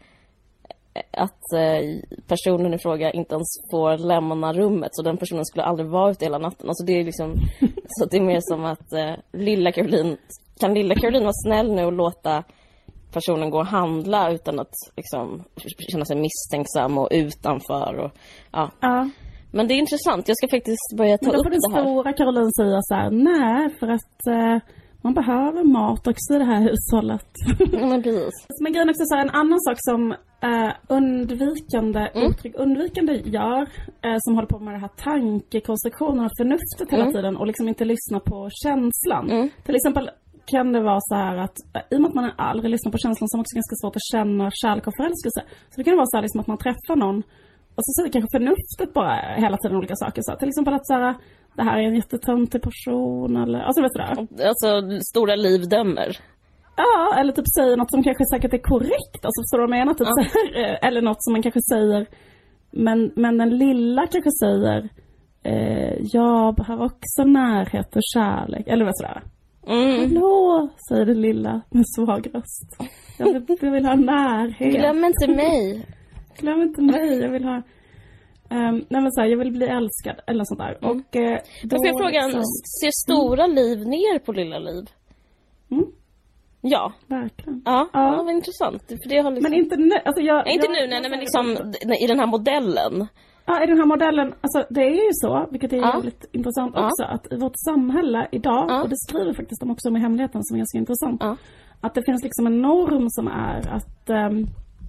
C: att eh, personen i fråga inte ens får lämna rummet, så den personen skulle aldrig vara ute hela natten. Alltså det är liksom så att det är mer som att eh, lilla Caroline, kan lilla Caroline vara snäll nu och låta personen gå och handla utan att liksom känna sig misstänksam och utanför och ja.
B: Ja.
C: Men det är intressant. Jag ska faktiskt börja ta upp det här.
B: Men då får den stora Caroline säga så här, nej, för att eh, man behöver mat också i det här hushållet.
C: Ja, men precis.
B: Men grejen också så här, en annan sak som eh, undvikande, mm. uttryck undvikande gör, eh, som håller på med det här tankekonstruktionen och förnuftet hela mm. tiden och liksom inte lyssna på känslan. Mm. Till exempel kan det vara så här att i och med att man aldrig lyssnar på känslan så är det också ganska svårt att känna kärlek och förälskelse. Så det kan vara så här liksom att man träffar någon och så säger kanske förnuftet bara hela tiden olika saker. Så till exempel att så här, det här är en jättetöntig person eller alltså vet du det?
C: Alltså stora liv dömer.
B: Ja, eller typ säger något som kanske säkert är korrekt. Alltså förstår du vad jag menar? Typ ja. Säger, eller något som man kanske säger men, men den lilla kanske säger eh, jag behöver också närhet och kärlek. Eller vet du det? Mm. Hallå, säger det lilla med svag röst. Jag vill, jag vill ha närhet.
C: Glöm inte mig.
B: Glöm inte mig, jag vill ha um, nej men så här, jag vill bli älskad eller sånt där. Mm. Och eh, då
C: får jag fråga, så... ser stora mm. liv ner på lilla liv?
B: Mm.
C: Ja.
B: Verkligen.
C: Ja, ja. Ja, vad intressant. För det har liksom...
B: Men inte nu, alltså jag,
C: nej, inte
B: jag,
C: nu, nej, nej, men liksom i den här modellen.
B: Ja, i den här modellen, alltså det är ju så, vilket är ja. väldigt intressant ja. också, att i vårt samhälle idag, ja. och det skriver faktiskt de också om i Hemligheten som är ganska intressant, ja. att det finns liksom en norm som är att um,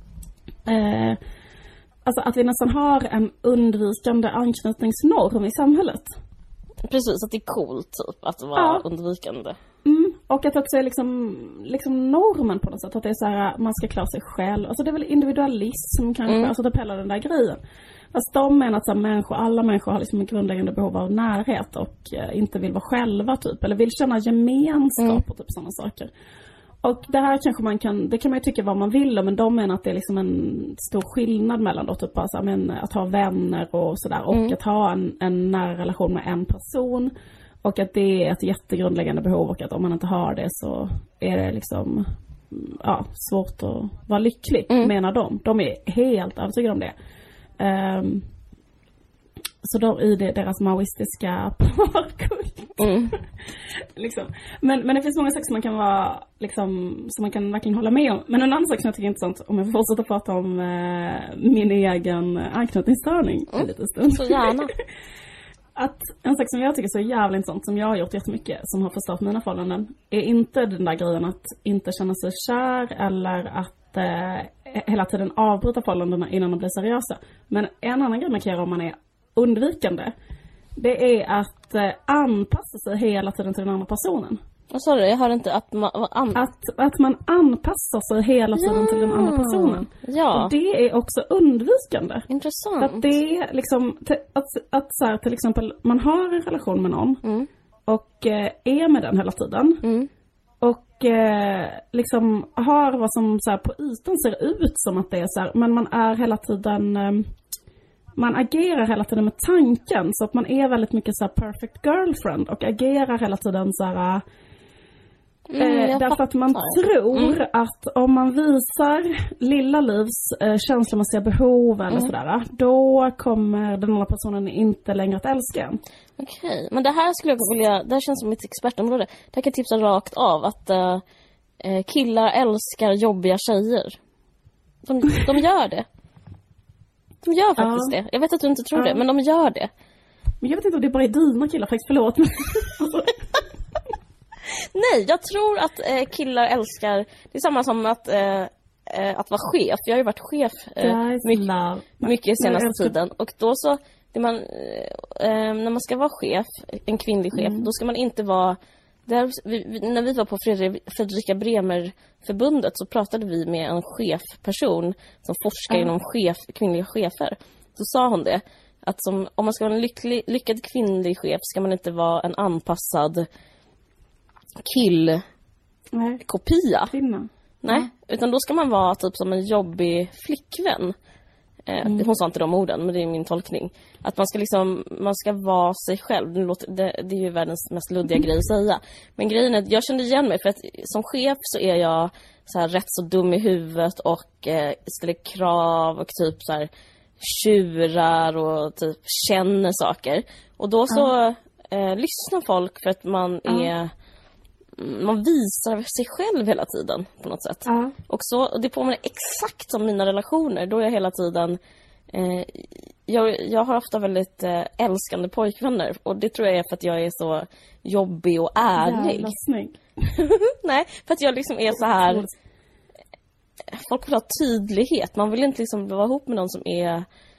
B: eh, alltså att vi nästan har en undvikande anknytningsnorm i samhället.
C: Precis, att det är coolt typ att vara ja. undvikande.
B: Mm, och att det också är liksom, liksom normen på något sätt, att det är så här, man ska klara sig själv. Alltså det är väl individualism kanske, mm. alltså det pellar den där grejen. Fast de menar att så här, människor, alla människor har liksom en grundläggande behov av närhet och eh, inte vill vara själva typ, eller vill känna gemenskap mm. och typ sådana saker. Och det här kanske man kan, det kan man ju tycka vad man vill, men de menar att det är liksom en stor skillnad mellan då, typ alltså, men, att ha vänner och sådär, och mm. att ha en, en nära relation med en person. Och att det är ett jättegrundläggande behov, och att om man inte har det så är det liksom ja, svårt att vara lycklig, mm. menar de. De är helt övertygade om det. Um, så då i det, deras maoistiska parkult. Mm. liksom. men, men det finns många saker som man kan vara liksom, som man kan verkligen hålla med om. Men en annan sak som jag tycker är intressant, om jag får fortsätta prata om eh, min egen anknytningsstörning mm. en liten stund.
C: Så gärna.
B: Att en sak som jag tycker är så jävligt intressant, som jag har gjort jättemycket, som har förstört mina förhållanden, är inte den där grejen att inte känna sig kär eller att eh, hela tiden avbryta förhållandena innan de blir seriösa. Men en annan grej man kan göra om man är undvikande, det är att eh, anpassa sig hela tiden till den andra personen.
C: Vad sa du? Jag hörde inte att man... An...
B: Att, att man anpassar sig hela tiden ja. till den andra personen.
C: Ja.
B: Och det är också undvikande.
C: Intressant.
B: Att det är liksom... Att, att så här, till exempel, man har en relation med någon mm. och eh, är med den hela tiden. Mm. Och eh, liksom har vad som så här, på ytan ser ut som att det är så här, men man är hela tiden... Eh, man agerar hela tiden med tanken, så att man är väldigt mycket så här perfect girlfriend och agerar hela tiden så här
C: Mm,
B: eh, därför att man tror mm. att om man visar lilla Livs eh, känslomässiga behov eller mm. sådär, då kommer den andra personen inte längre att älska.
C: Okej, okay. Men det här skulle jag vilja, det här känns som mitt expertområde. Det här kan jag tipsa rakt av att eh, killar älskar jobbiga tjejer. De, de gör det. De gör faktiskt ja. det. Jag vet att du inte tror ja. det, men de gör det.
B: Men jag vet inte om det är bara dina killar faktiskt, förlåt.
C: Nej, jag tror att eh, killar älskar, det är samma som att, eh, att vara chef. Jag har ju varit chef eh, mycket, mycket senaste tiden. Och då så, det man, eh, när man ska vara chef, en kvinnlig chef, mm. då ska man inte vara... Där, vi, när vi var på Fredrik, Fredrika Bremer-förbundet så pratade vi med en chefperson som forskar mm. inom chef, kvinnliga chefer. Så sa hon det, att som, om man ska vara en lycklig, lyckad kvinnlig chef ska man inte vara en anpassad kill-kopia.
B: Kvinna.
C: Nej,
B: mm.
C: utan då ska man vara typ som en jobbig flickvän. Mm. Hon sa inte de orden, men det är min tolkning. Att man ska liksom, man ska vara sig själv. Det, låter, det, det är ju världens mest luddiga grej att säga. Men grejen är, jag kände igen mig för att som chef så är jag så här rätt så dum i huvudet och eh, ställer krav och typ så här tjurar och typ känner saker. Och då så mm. eh, lyssnar folk för att man mm. är man visar sig själv hela tiden på något sätt. Uh. Och så och det påminner exakt som mina relationer. Då är jag hela tiden eh, jag, jag har ofta väldigt eh, älskande pojkvänner. Och det tror jag är för att jag är så jobbig och ärlig.
B: Jävla snygg.
C: Nej, för att jag liksom är så här. Folk vill ha tydlighet. Man vill inte liksom vara ihop med någon som är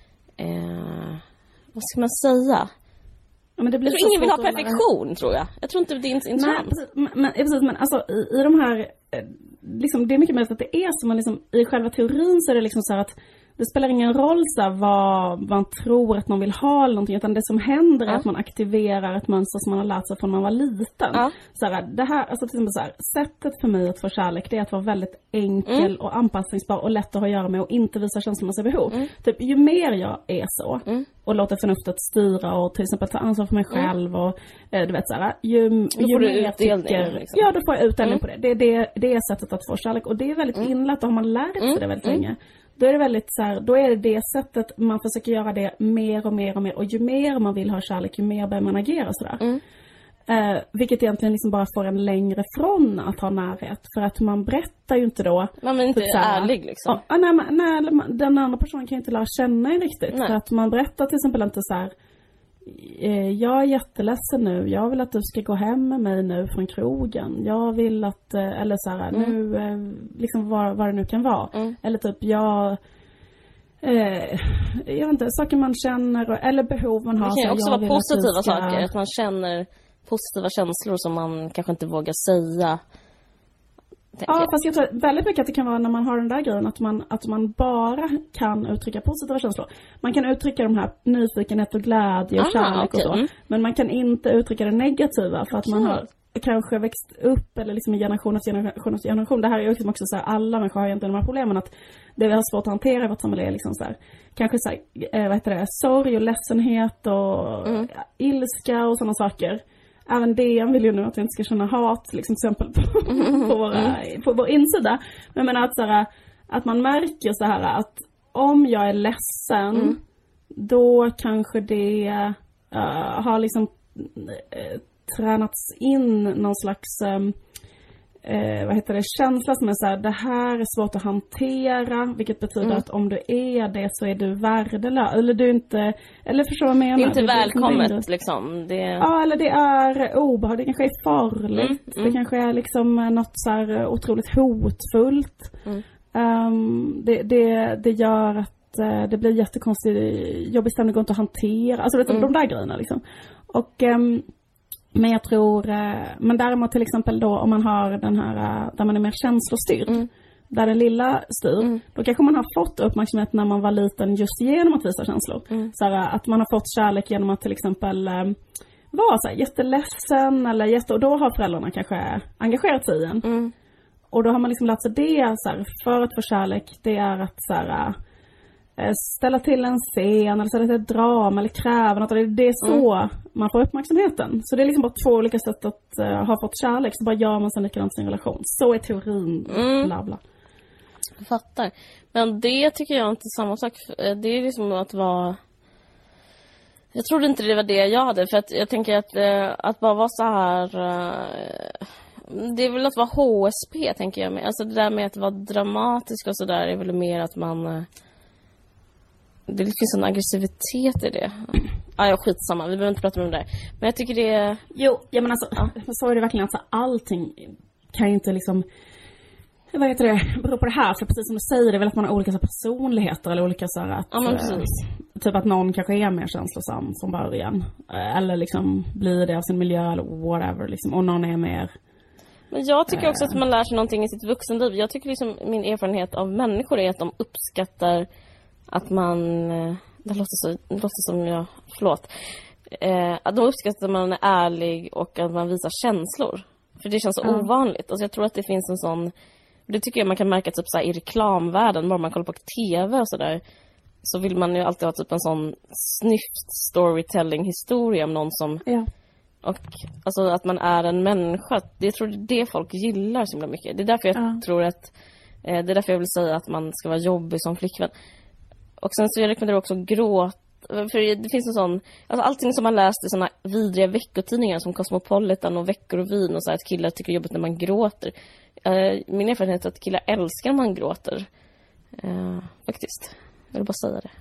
C: eh, vad ska man säga? Ja, men det blir jag tror ingen vill ha perfektion, tror jag. Jag tror inte det är intressant.
B: Men, men, precis, men alltså i, i de här liksom, det är mycket mer att det är som man liksom, i själva teorin så är det liksom så här att det spelar ingen roll så här, vad man tror att man vill ha eller någonting, utan det som händer ja. är att man aktiverar ett mönster som man har lärt sig från när man var liten. Ja. Så här, det här, alltså till exempel så här, sättet för mig att få kärlek, det är att vara väldigt enkel mm. och anpassningsbar och lätt att ha att göra med och inte visa känslomässiga behov. Mm. Typ, ju mer jag är så mm. och låter förnuftet styra och till exempel ta ansvar för mig själv och eh, du vet så här, ju, ju mer jag tycker, liksom. Ja, då får jag utdelning mm. på det. Det, det. det är sättet att få kärlek och det är väldigt mm. inlätt och har man lärt sig mm. det väldigt mm. länge. Då är det väldigt så här, då är det det sättet man försöker göra det mer och mer och mer. Och ju mer man vill ha kärlek, ju mer börjar man agera sådär. Mm. Eh, vilket egentligen liksom bara får en längre från att ha närhet. För att man berättar ju inte då.
C: Man är inte
B: så här,
C: ärlig liksom.
B: Och, nej, nej, den andra personen kan ju inte lära känna en riktigt. Nej. För att man berättar till exempel inte så här. Eh, jag är jätteledsen nu. Jag vill att du ska gå hem med mig nu från krogen. Jag vill att, eh, eller så här, mm. nu, eh, liksom vad, vad det nu kan vara. Mm. Eller typ, jag, eh, jag vet inte, saker man känner, eller behov man har.
C: Det kan ju också vara positiva
B: ska...
C: saker. Att man känner positiva känslor som man kanske inte vågar säga.
B: Ja, jag. fast jag tror väldigt mycket att det kan vara när man har den där grejen att man, att man bara kan uttrycka positiva känslor. Man kan uttrycka de här nyfikenhet och glädje och ah, kärlek okay. och så. Men man kan inte uttrycka det negativa för att okay. man har kanske växt upp eller liksom i generation efter generation efter generation. Det här är ju liksom också så här, alla människor har egentligen de här problemen att det vi har svårt att hantera i vårt samhälle är liksom så här, kanske så här, eh, vad heter det, sorg och ledsenhet och mm. ja, ilska och sådana saker. Även det vill ju nu att vi inte ska känna hat liksom, till exempel på, mm. på, våra, på vår insida. Men jag menar att, så här, att man märker så här att om jag är ledsen mm. då kanske det uh, har liksom uh, tränats in någon slags um, uh, vad heter det, känsla som är så här, det här är svårt att hantera, vilket betyder mm. att om du är det så är du värdelös, eller du inte, eller förstår vad jag menar.
C: Det är inte
B: du,
C: välkommet
B: du,
C: liksom. Det...
B: Ja, eller det är obehagligt, det kanske är farligt, mm. Mm. det kanske är liksom något så här otroligt hotfullt. Mm. Um, det, det, det gör att uh, det blir jättekonstigt, jobbig stämning, går inte att hantera, alltså mm. de där grejerna liksom. Och um, men jag tror, men däremot till exempel då om man har den här, där man är mer känslostyrd, mm. där den lilla styr, mm. då kanske man har fått uppmärksamhet när man var liten just genom att visa känslor. Mm. Så här, att man har fått kärlek genom att till exempel vara så här, jätteledsen eller jätte, och då har föräldrarna kanske engagerat sig i en. Mm. Och då har man liksom lärt sig det så här, för att få kärlek, det är att så här, ställa till en scen eller ställa till ett drama eller kräva något. Det är så mm. man får uppmärksamheten. Så det är liksom bara två olika sätt att uh, ha fått kärlek. Så bara gör man sen likadant i sin relation. Så är teorin.
C: Mm.
B: Bla bla.
C: Jag fattar. Men det tycker jag inte är samma sak. Det är liksom att vara... Jag trodde inte det var det jag hade. För att jag tänker att, att bara vara så här... Det är väl att vara H S P, tänker jag. Alltså det där med att vara dramatisk och sådär är väl mer att man... Det finns en aggressivitet i det. Ja, jag skitsamma. Vi behöver inte prata om det där. Men jag tycker det är...
B: Jo, ja, men alltså, ja. Så är det verkligen. Alltså, allting kan ju inte liksom... Vad heter det? Beror på det här. För precis som du säger, det är väl att man har olika så, personligheter. Eller olika så här, att...
C: Ja, men precis.
B: Typ att någon kanske är mer känslosam från början. Eller liksom blir det av sin miljö eller whatever. Liksom. Och någon är mer...
C: Men jag tycker också att man lär sig någonting i sitt vuxenliv. Jag tycker liksom min erfarenhet av människor är att de uppskattar att man... Det låter, så, det låter som jag... Förlåt. Eh, att de uppskattar att man är ärlig och att man visar känslor. För det känns så mm. ovanligt. Alltså jag tror att det finns en sån... Det tycker jag man kan märka typ så här, i reklamvärlden. Bara man kollar på tv och sådär. Så vill man ju alltid ha typ en sån snyft storytelling-historia om någon som...
B: Ja.
C: Och alltså att man är en människa. Jag tror det är det folk gillar så himla mycket. Det är därför jag ja. tror att... Eh, det är därför jag vill säga att man ska vara jobbig som flickvän. Och sen så jag rekommenderar också gråt. För det finns en sån... Alltså allting som man läst i såna vidriga veckotidningar som Cosmopolitan och Veckor och Vin och så här, att killar tycker det är jobbigt när man gråter. Uh, min erfarenhet är att killar älskar när man gråter. Uh, faktiskt. Jag vill bara säga det.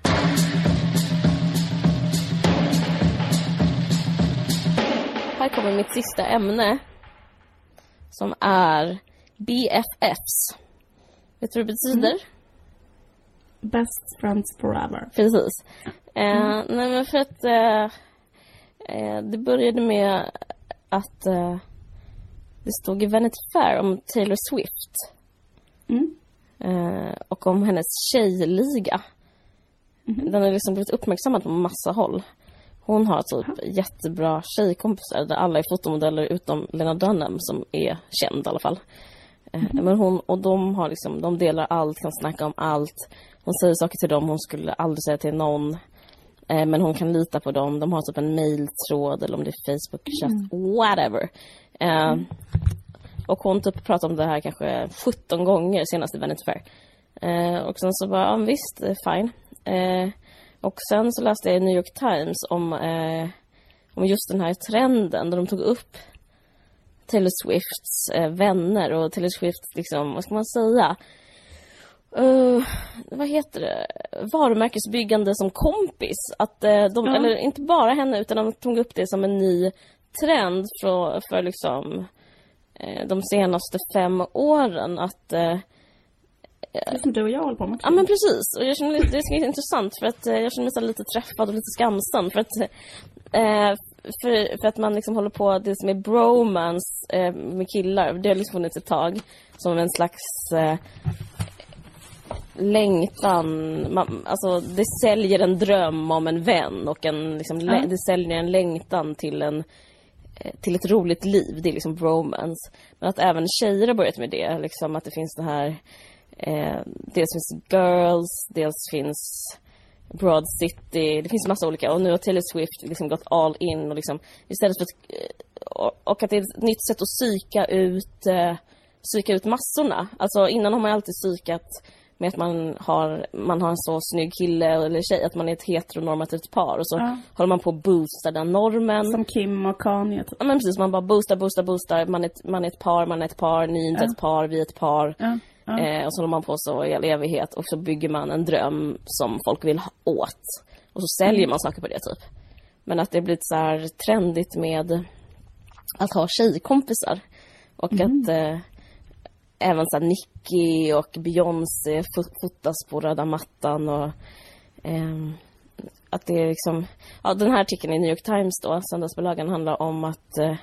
C: Här kommer mitt sista ämne. Som är B F Fs. Vet du vad det betyder? Mm.
B: Best friends forever.
C: Precis.
B: Mm.
C: Uh, nej men för att uh, uh, det började med att uh, det stod i Vanity Fair om Taylor Swift.
B: Mm.
C: Uh, och om hennes tjejliga. Mm. Den har liksom blivit uppmärksammad på massa håll. Hon har typ jättebra tjejkompisar där alla är fotomodeller utom Lena Dunham som är känd i alla fall. Uh, mm. Men hon, och de har liksom, de delar allt, kan snacka om allt. Hon säger saker till dem hon skulle aldrig säga till någon. Eh, men hon kan lita på dem. De har typ en mailtråd eller om det är Facebook-chatt. Mm. Whatever. Eh, mm. Och hon typ pratar om det här kanske sjutton gånger senast i Vanity Fair. Eh, och sen så bara, ja visst, fine. Eh, och sen så läste jag i New York Times om, eh, om just den här trenden. Där de tog upp Taylor Swifts eh, vänner. Och Taylor Swift liksom, vad ska man säga... Uh, vad heter det? Varumärkesbyggande som kompis. Att uh, de, mm. eller inte bara henne utan de tog upp det som en ny trend för, för liksom uh, de senaste fem åren. Att uh,
B: det som du och jag håller på med.
C: Ja men precis. Och jag känner det är intressant för att uh, jag känner mig så lite träffad och lite skamsen för att uh, för, för att man liksom håller på det som är bromance uh, med killar. Det har liksom funnits ett tag som en slags uh, längtan, man, alltså det säljer en dröm om en vän och en liksom, mm. lä- det säljer en längtan till en till ett roligt liv, det är liksom bromance. Men att även tjejer har börjat med det, liksom att det finns det här eh, dels finns Girls, dels finns Broad City, det finns massa olika och nu har Taylor Swift liksom gått all in och liksom istället för att, och, och att det är ett nytt sätt att psyka ut eh, psyka ut massorna. Alltså innan har man alltid psykat med att man har, man har en så snygg kille eller tjej, att man är ett heteronormativt par och så ja. håller man på att boosta den normen.
B: Som Kim och Kanye. Typ.
C: Ja men precis, man bara boostar, boostar, boostar. Man är, man är ett par, man är ett par, ni är inte ja. ett par, vi är ett par. Ja. Ja. Eh, och så håller man på så i all evighet och så bygger man en dröm som folk vill ha åt. Och så säljer mm. man saker på det typ. Men att det blir så här trendigt med att ha tjejkompisar. Och mm. att... Eh, även så här Nicki och Beyoncé fotas på röda mattan och eh, att det är liksom ja, den här artikeln i New York Times då, söndagsbelagan, handlar om att eh,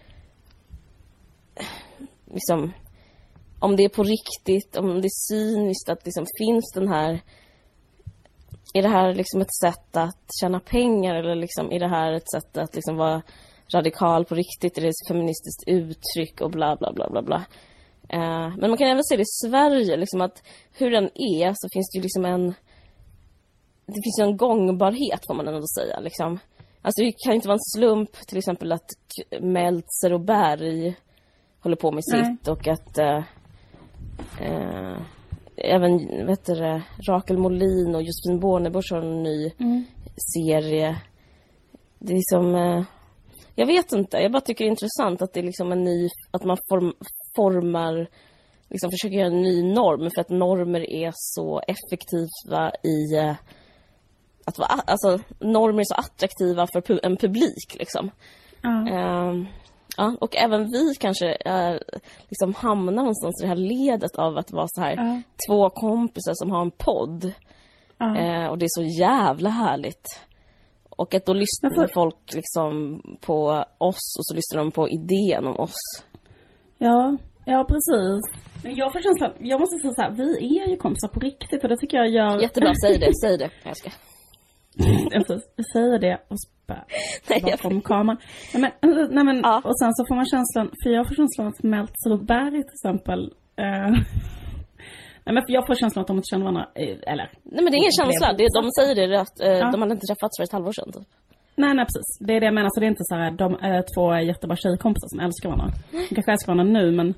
C: liksom om det är på riktigt, om det är cyniskt att liksom finns den här, är det här liksom ett sätt att tjäna pengar eller liksom är det här ett sätt att liksom vara radikal på riktigt, är det ett feministiskt uttryck och bla bla bla bla bla. Uh, men man kan även se det i Sverige liksom att hur den är så finns det ju liksom en det finns ju en gångbarhet, får man ändå säga. Liksom. Alltså det kan inte vara en slump till exempel att Meltzer och Berg håller på med sitt. Nej. Och att äh, äh, även vet du, Rakel Molin och Josefin Bornebusch har en ny mm. serie. Det är som... Äh, jag vet inte, jag bara tycker det är intressant att det är liksom en ny... Att man form, formar... Liksom försöker göra en ny norm, för att normer är så effektiva i... Äh, att vara, alltså, normer är så attraktiva för pu- en publik liksom. Mm. Uh, ja, och även vi kanske uh, liksom hamnar någonstans i det här ledet av att vara så här mm. två kompisar som har en podd. Mm. Uh, och det är så jävla härligt. Och att då lyssnar får... folk liksom på oss och så lyssnar de på idén om oss.
B: Ja, ja precis. Men jag får känslan, jag måste säga så här, vi är ju kompisar på riktigt och det tycker jag gör...
C: Jättebra, säg det, säg det. Jag ska...
B: Jag säger det och spär bakom kameran. Nej men, nej men ja. Och sen så får man känslan, för jag får känslan att Meltzer och Berg till exempel eh, nej men för jag får känslan att de inte känner varandra eller.
C: Nej men det är ingen känsla, det, de säger det att eh, ja. de hade inte träffats för ett halvår sedan typ.
B: Nej nej precis, det är det jag menar, så det är inte så här de är två jättebra tjejkompisar som älskar varandra. De kanske älskar varandra nu men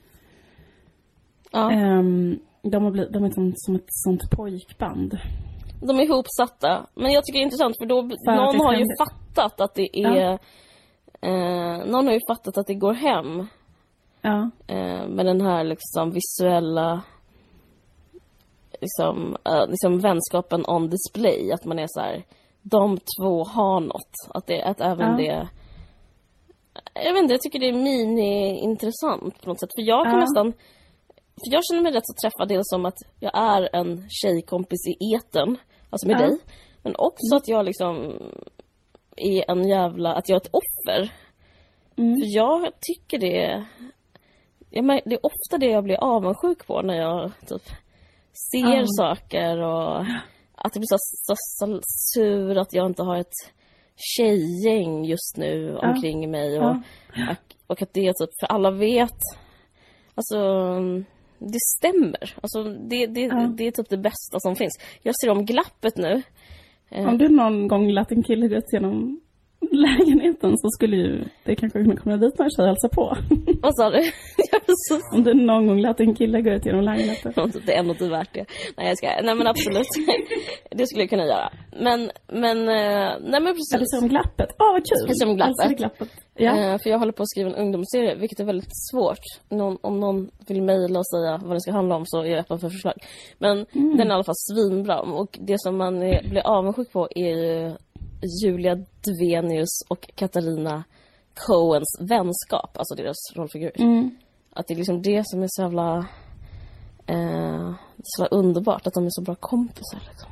B: ja. eh, de har blivit, de är som, som ett sånt pojkband.
C: De är ihopsatta. Men jag tycker det är intressant för då för någon har ju fattat att det är ja. eh, någon har ju fattat att det går hem.
B: Ja.
C: Eh, med den här liksom visuella liksom, eh, liksom vänskapen on display, att man är så här, de två har något, att det att även ja. det jag vet inte, jag tycker det är mini intressant på något sätt, för jag kan ja. nästan För jag känner mig rätt så träffad, dels som att jag är en tjejkompis i eten, alltså med ja. dig. Men också mm. att jag liksom är en jävla, att jag är ett offer. Mm. För jag tycker det, jag mär, det är ofta det jag blir avundsjuk på när jag typ ser mm. saker och att jag blir så, så, så sur att jag inte har ett tjejgäng just nu ja. omkring mig. Och, ja. och att det är typ, för alla vet, alltså... Det stämmer. Alltså, det, det, ja. det är typ det bästa som finns. Jag ser om glappet nu.
B: Om du någon gång lät en kille gå genom lägenheten så skulle ju det kanske kunna komma dit några tjejer hälsa på.
C: Vad sa du? Ja,
B: om du någon gång lät en kille gå ut genom lägenheten.
C: Det är ändå inte värt det. Nej, jag ska... nej men absolut. Det skulle jag kunna göra. Men, men, nej men precis.
B: Ja, du ser om glappet. Åh, oh, vad kul.
C: Jag ser om glappet.
B: glappet. Ja.
C: För jag håller på att skriva en ungdomsserie, vilket är väldigt svårt. Någon, om någon vill mejla och säga vad det ska handla om så är jag öppen för förslag. Men mm. den är i alla fall svinbra. Och det som man är, blir avundsjuk på är ju Julia Dvenius och Katarina Coens vänskap, alltså deras rollfigur. Mm. Att det är liksom det som är så jävla eh, så jävla underbart, att de är så bra kompisar liksom.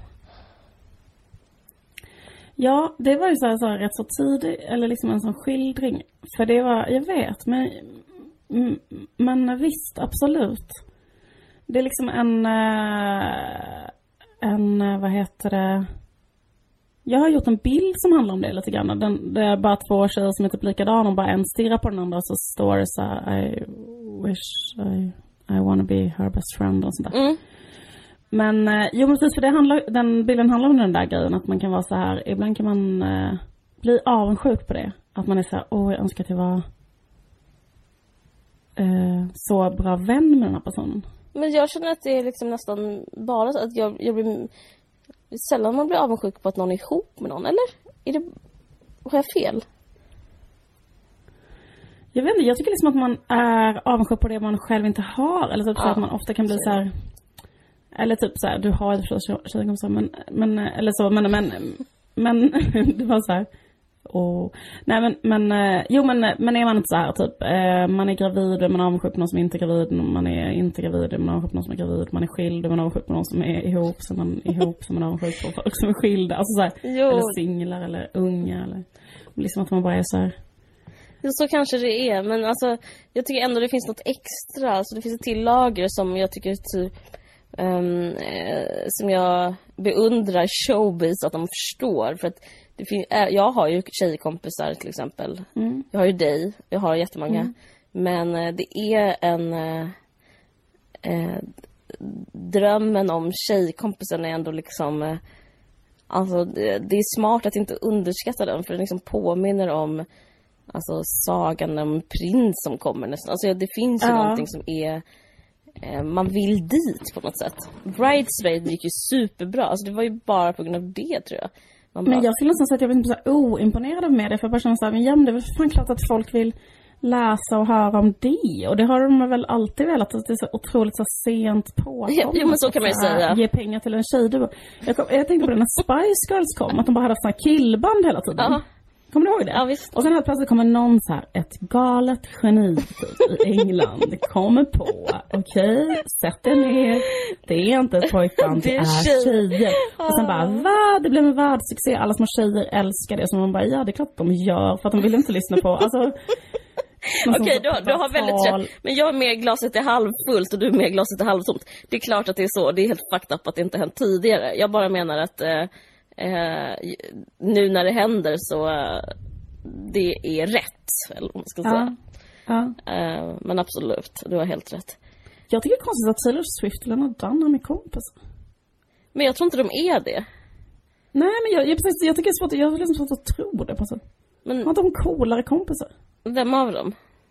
B: Ja, det var ju så här, så här rätt så tidigt, eller liksom en sån skildring. För det var, jag vet, men men visst, absolut. Det är liksom en en, vad heter det? Jag har gjort en bild som handlar om det lite grann. Den, det är bara två tjejer som är typ likadana och bara en stirrar på den andra och så står det så här, I wish I, I wanna be her best friend och sådär. Mm. Men, eh, jo men precis, för det handlar, den bilden handlar om den där grejen, att man kan vara så här, ibland kan man eh, bli avundsjuk på det. Att man är så här, åh jag önskar att jag var eh, så bra vän med den här personen.
C: Men jag känner att det är liksom nästan bara så att jag, jag blir... Sällan man blir avundsjuk på att någon är ihop med någon, eller? Är det... Har jag fel?
B: Jag vet inte, jag tycker liksom att man är avundsjuk på det man själv inte har. Eller typ ja, så att man ofta kan bli så här... Eller typ så här, du har ett tjejkompisar, men, men... Eller så, men... Men, men det var så här... Och, nej men, men jo men, men är man inte så här typ eh, man är gravid, man är avundsjuk på någon som inte är gravid, man är inte gravid, man är avundsjuk på någon som är gravid, man är skild, man är avundsjuk på någon som är ihop, så man är ihop, så man är avundsjuk på folk som är skilda, alltså så här, eller singlar eller unga eller liksom att man bara är så här.
C: Jo, så kanske det är, men alltså jag tycker ändå det finns något extra, alltså det finns ett till lager som jag tycker typ um, eh, som jag beundrar i showbiz att de förstår, för att det fin- jag har ju tjejkompisar till exempel. Mm. Jag har ju dig, jag har jättemånga. Mm. Men eh, det är en eh, eh, drömmen om tjejkompisen är ändå liksom eh, Alltså det, det är smart att inte underskatta den, för den liksom påminner om alltså sagan om prins som kommer nästan. Alltså det finns ju ja. någonting som är eh, man vill dit på något sätt. Bridesmaid gick ju superbra. Alltså det var ju bara på grund av det, tror jag. Man
B: men
C: bara...
B: jag skulle nästan säga att jag var inte så oimponerad av med det, för jag bara känner så här, men ja, men det är väl fan klart att folk vill läsa och höra om det. Och det har de väl alltid velat, att det är så otroligt så sent på.
C: Ja, jo, men så kan man ju säga.
B: Ge pengar till en tjej. Jag, kom, jag tänkte på det när Spice Girls kom, att de bara hade såna killband hela tiden.
C: Ja.
B: Kommer du ihåg det?
C: Ja, visst.
B: Och sen helt plötsligt kommer någon så här, ett galet geni typ, i England kommer på, okej, okay, sätt er ner, det är inte ett pojkband, det är, det är tjejer. tjejer. Och sen bara, va? Det blev en världssuccé, alla små tjejer älskar det. Så man bara, ja det är klart de gör, för att de vill inte lyssna på, alltså...
C: Okej, okay, du, du har väldigt rätt. Men jag är mer glaset är halvfullt och du är mer glaset är halvtomt. Det är klart att det är så, det är helt fucked up att det inte hänt tidigare. Jag bara menar att... Eh, Eh, nu när det händer så eh, det är rätt, eller vad man ska säga.
B: Ja. Ja.
C: Eh, men absolut, du har helt rätt.
B: Jag tycker det är konstigt att Taylor Swift och Lena Dunham är kompisar.
C: Men jag tror inte de är det.
B: Nej, men jag, jag, jag tycker det är svårt, jag har liksom svårt att tro det på så. Men har de coolare kompisar?
C: Vem av dem?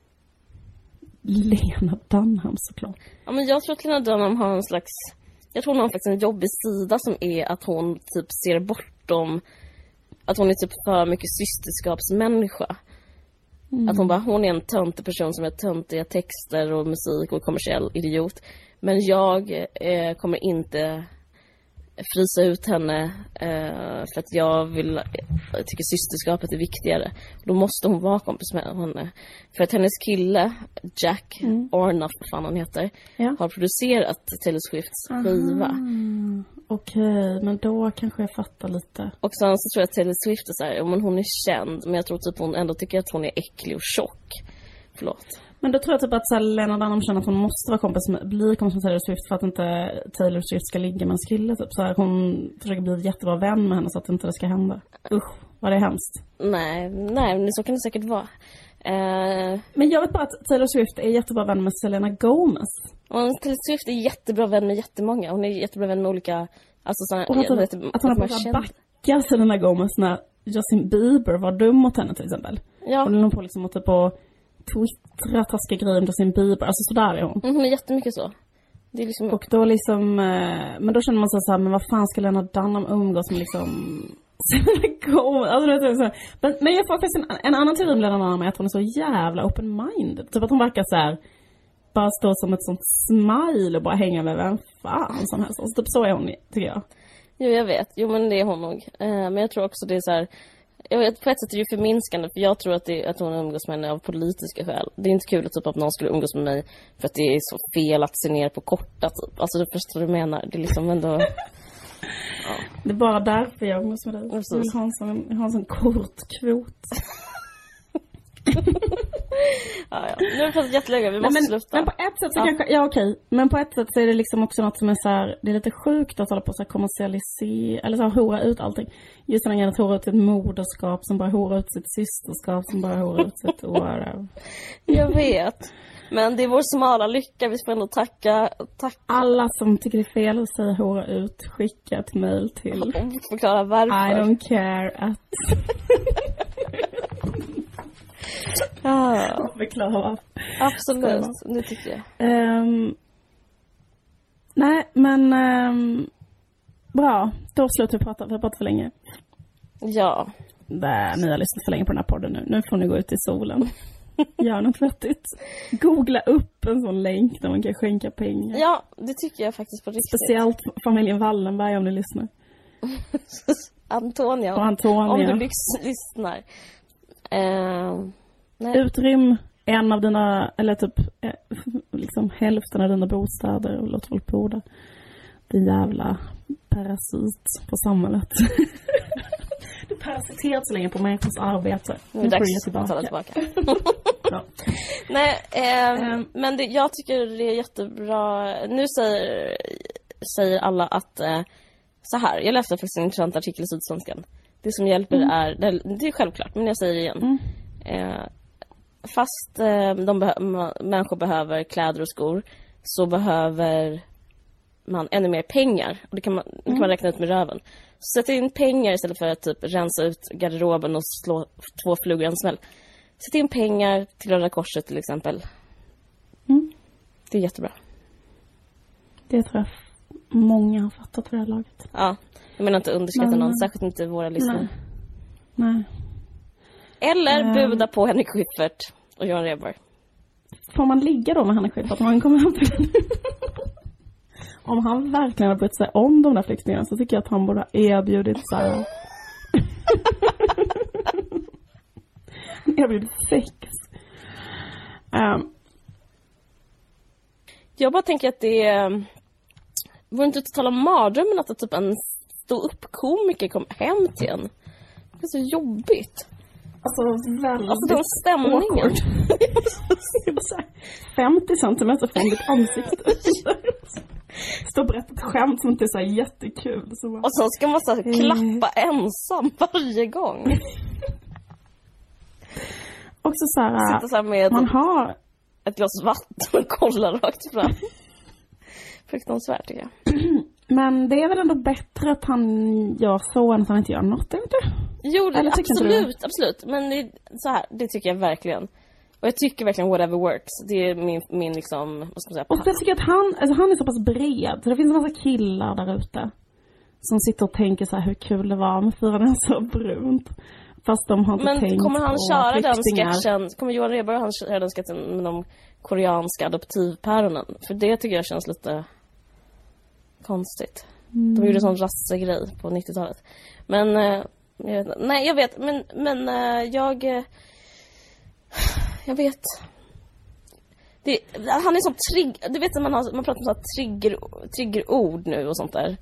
B: Lena Dunham såklart.
C: Ja, men jag tror att Lena Dunham har en slags... Jag tror hon har faktiskt en jobbig sida som är att hon typ ser bortom, att hon är typ för mycket systerskapsmänniska. Mm. Att hon bara, hon är en töntig person som är töntiga texter och musik och kommersiell idiot. Men jag eh, kommer inte frysa ut henne eh, för att jag vill, jag tycker systerskapet är viktigare. Då måste hon vara kompis med henne. För att hennes kille, Jack mm. Ornoff, vad fan han heter, ja. har producerat Taylor Swifts skiva.
B: Okej, okay, men då kanske jag fattar lite.
C: Och sen så tror jag att Taylor Swift är så här, men hon är känd, men jag tror typ hon ändå tycker att hon är äcklig och tjock. Förlåt.
B: Men då tror jag typ att så här, Lena Dunham känner att hon måste vara kompis med, bli kompis med Taylor Swift för att inte Taylor Swift ska ligga med en kille typ. Så här, hon försöker bli en jättebra vän med henne så att inte det ska hända. Usch, vad det är hemskt.
C: Nej, nej, men så kan det säkert vara. Uh...
B: Men jag vet bara att Taylor Swift är jättebra vän med Selena Gomez.
C: Och Taylor Swift är jättebra vän med jättemånga. Hon är jättebra vän med olika... Alltså såna,
B: och att, hon, vet, att hon har fått backa Selena Gomez när Justin Bieber var dum mot henne till exempel.
C: Ja.
B: Och hon på liksom att typ på twittra taskiga grejer om Justin Bieber. Alltså sådär är hon.
C: Mm, men jättemycket så. Det är liksom...
B: Och då liksom... Men då känner man sig så här, men vad fan ska Lena Dunham umgås med liksom... Selena Gomez. Alltså, det är så. Men, men jag får faktiskt en, en annan teori om Lena Dunham är att hon är så jävla open-minded. Typ att hon verkar så här... bara stå som ett sånt smile och bara hänga med vem fan som helst. Alltså, typ så är hon, tycker jag.
C: Jo, jag vet. Jo, men det är hon nog. Uh, men jag tror också det är så här... Jag vet, på ett sätt är det förminskande, för jag tror att, det, att hon umgås med henne av politiska skäl. Det är inte kul att, typ, att någon skulle umgås med mig för att det är så fel att se ner på korta typ. Alltså det förstår du menar. Det är liksom ändå... Ja.
B: Det är bara därför jag umgås med dig. Jag vill ha en sån, jag har en sån kort kvot.
C: ja, ja. Nu är det faktiskt jättelänge, vi måste
B: Nej, men,
C: sluta.
B: Men på ett sätt så ja. kanske, ja okej. Men på ett sätt så är det liksom också något som är så här, det är lite sjukt att hålla på så här kommersialisera, eller så här hora ut allting. Just den här grejen att hora ut ett moderskap som bara hora ut sitt systerskap som bara hora ut sitt år.
C: Jag vet. Men det är vår smala lycka, vi får ändå tacka, tacka.
B: Alla som tycker det är fel att säga hora ut, skicka ett mejl till.
C: Förklara varför.
B: I don't care att...
C: Ja,
B: förklara.
C: Absolut, nu tycker jag.
B: Um, nej, men um, bra. Då slutar vi prata, vi har pratat för länge.
C: Ja.
B: Nej, ni har lyssnat för länge på den här podden nu. Nu får ni gå ut i solen. Gör något vettigt. Googla upp en sån länk där man kan skänka pengar.
C: Ja, det tycker jag faktiskt på riktigt.
B: Speciellt familjen Wallenberg om ni lyssnar.
C: Antonia,
B: Och Antonia.
C: Om du lys- lyssnar. Uh, nej.
B: Utrym en av dina, eller typ liksom hälften av dina bostäder och låt folk bo där. Det jävla parasit på samhället. Du parasiterar så länge på människors arbete.
C: Nu är det dags att ta tillbaka.
B: Ja.
C: Nej, eh, um, men det, jag tycker det är jättebra. Nu säger, säger alla att eh, så här, jag läste faktiskt en intressant artikel i Sydsvenskan. Det som hjälper mm. är, det, det är självklart, men jag säger det igen. Mm. Eh, fast eh, de be- människor behöver kläder och skor, så behöver man ännu mer pengar. Och det kan man, mm. det kan man räkna ut med röven. Sätt in pengar istället för att typ rensa ut garderoben och slå två flugor i en smäll. Sätt in pengar till Röda Korset till exempel.
B: Mm.
C: Det är jättebra.
B: Det tror jag många har fattat för det här laget.
C: Ja, jag menar inte underskatta
B: Men,
C: någon, särskilt inte våra lyssnare.
B: Nej. nej.
C: Eller
B: Um,
C: buda på Henrik Schyffert och Johan Rheborg.
B: Får man ligga då med Henrik Schyffert om han kommer hem till om han verkligen har brytt sig om de där flyktingarna så tycker jag att han borde ha erbjudit så här erbjudit sex. Um,
C: Jag bara tänker att det är... Vore inte totala mardrömmen att typ en stå-upp-komiker kom hem till en? Det är så jobbigt.
B: Alltså väldigt
C: Alltså den stämningen.
B: femtio centimeter från ditt ansikte. Stå och berätta ett skämt som inte är så här jättekul. Så bara...
C: Och så ska man så här klappa ensam varje gång.
B: Också så här,
C: Sitta så här med
B: man har...
C: ett glas vatten och kolla rakt fram. Fruktansvärt tycker jag.
B: Men det är väl ändå bättre att han gör så än att han inte gör något, inte?
C: Jo, det,
B: Eller tycker inte
C: absolut, absolut. Men det, så här, det tycker jag verkligen. Och jag tycker verkligen whatever works. Det är min, min liksom, vad ska man säga?
B: Och jag tycker att han, alltså han är så pass bred. Så det finns en massa killar där ute som sitter och tänker så här hur kul det var med fyra den så brunt. Fast de har inte
C: Men
B: tänkt
C: kommer han
B: på
C: köra
B: flyktingar.
C: den sketchen? Kommer Johan Rheborg han köra den sketchen med de koreanska adoptivpäronen? För det tycker jag känns lite konstigt.
B: Mm.
C: De gjorde en sån rassegrej på nittiotalet. Men eh, jag vet, nej jag vet men men eh, jag eh, jag vet. Det, han är sån trigg, du vet att man har man pratar om så här trigger triggerord nu och sånt där.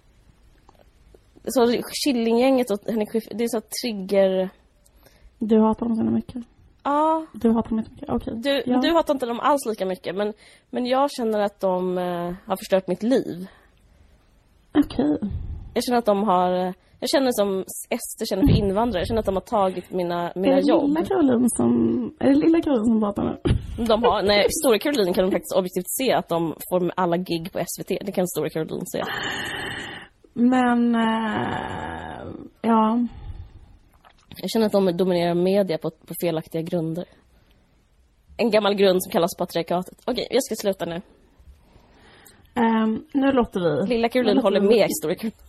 C: Så Killinggänget och Henrik Schyffert, det är så trigger.
B: Du hatar dem så mycket.
C: Ja.
B: Du hatar dem så mycket. Okej. Okay.
C: Du
B: ja.
C: du hatar inte dem alls lika mycket, men men jag känner att de eh, har förstört mitt liv.
B: Okej. Okay.
C: Jag känner att de har jag känner som Ester känner för invandrare. Jag känner att de har tagit mina mina jobb.
B: Är det lilla Caroline som är det lilla Caroline som pratar nu?
C: De har nej, Stora Caroline kan de faktiskt objektivt se att de får alla gig på S V T. Det kan Stora Caroline se.
B: Men äh, ja.
C: Jag känner att de dominerar media på, på felaktiga grunder. En gammal grund som kallas patriarkatet. Okej, jag ska sluta nu.
B: Um, nu låter vi.
C: Lilla Caroline håller vi. Med Stora Caroline.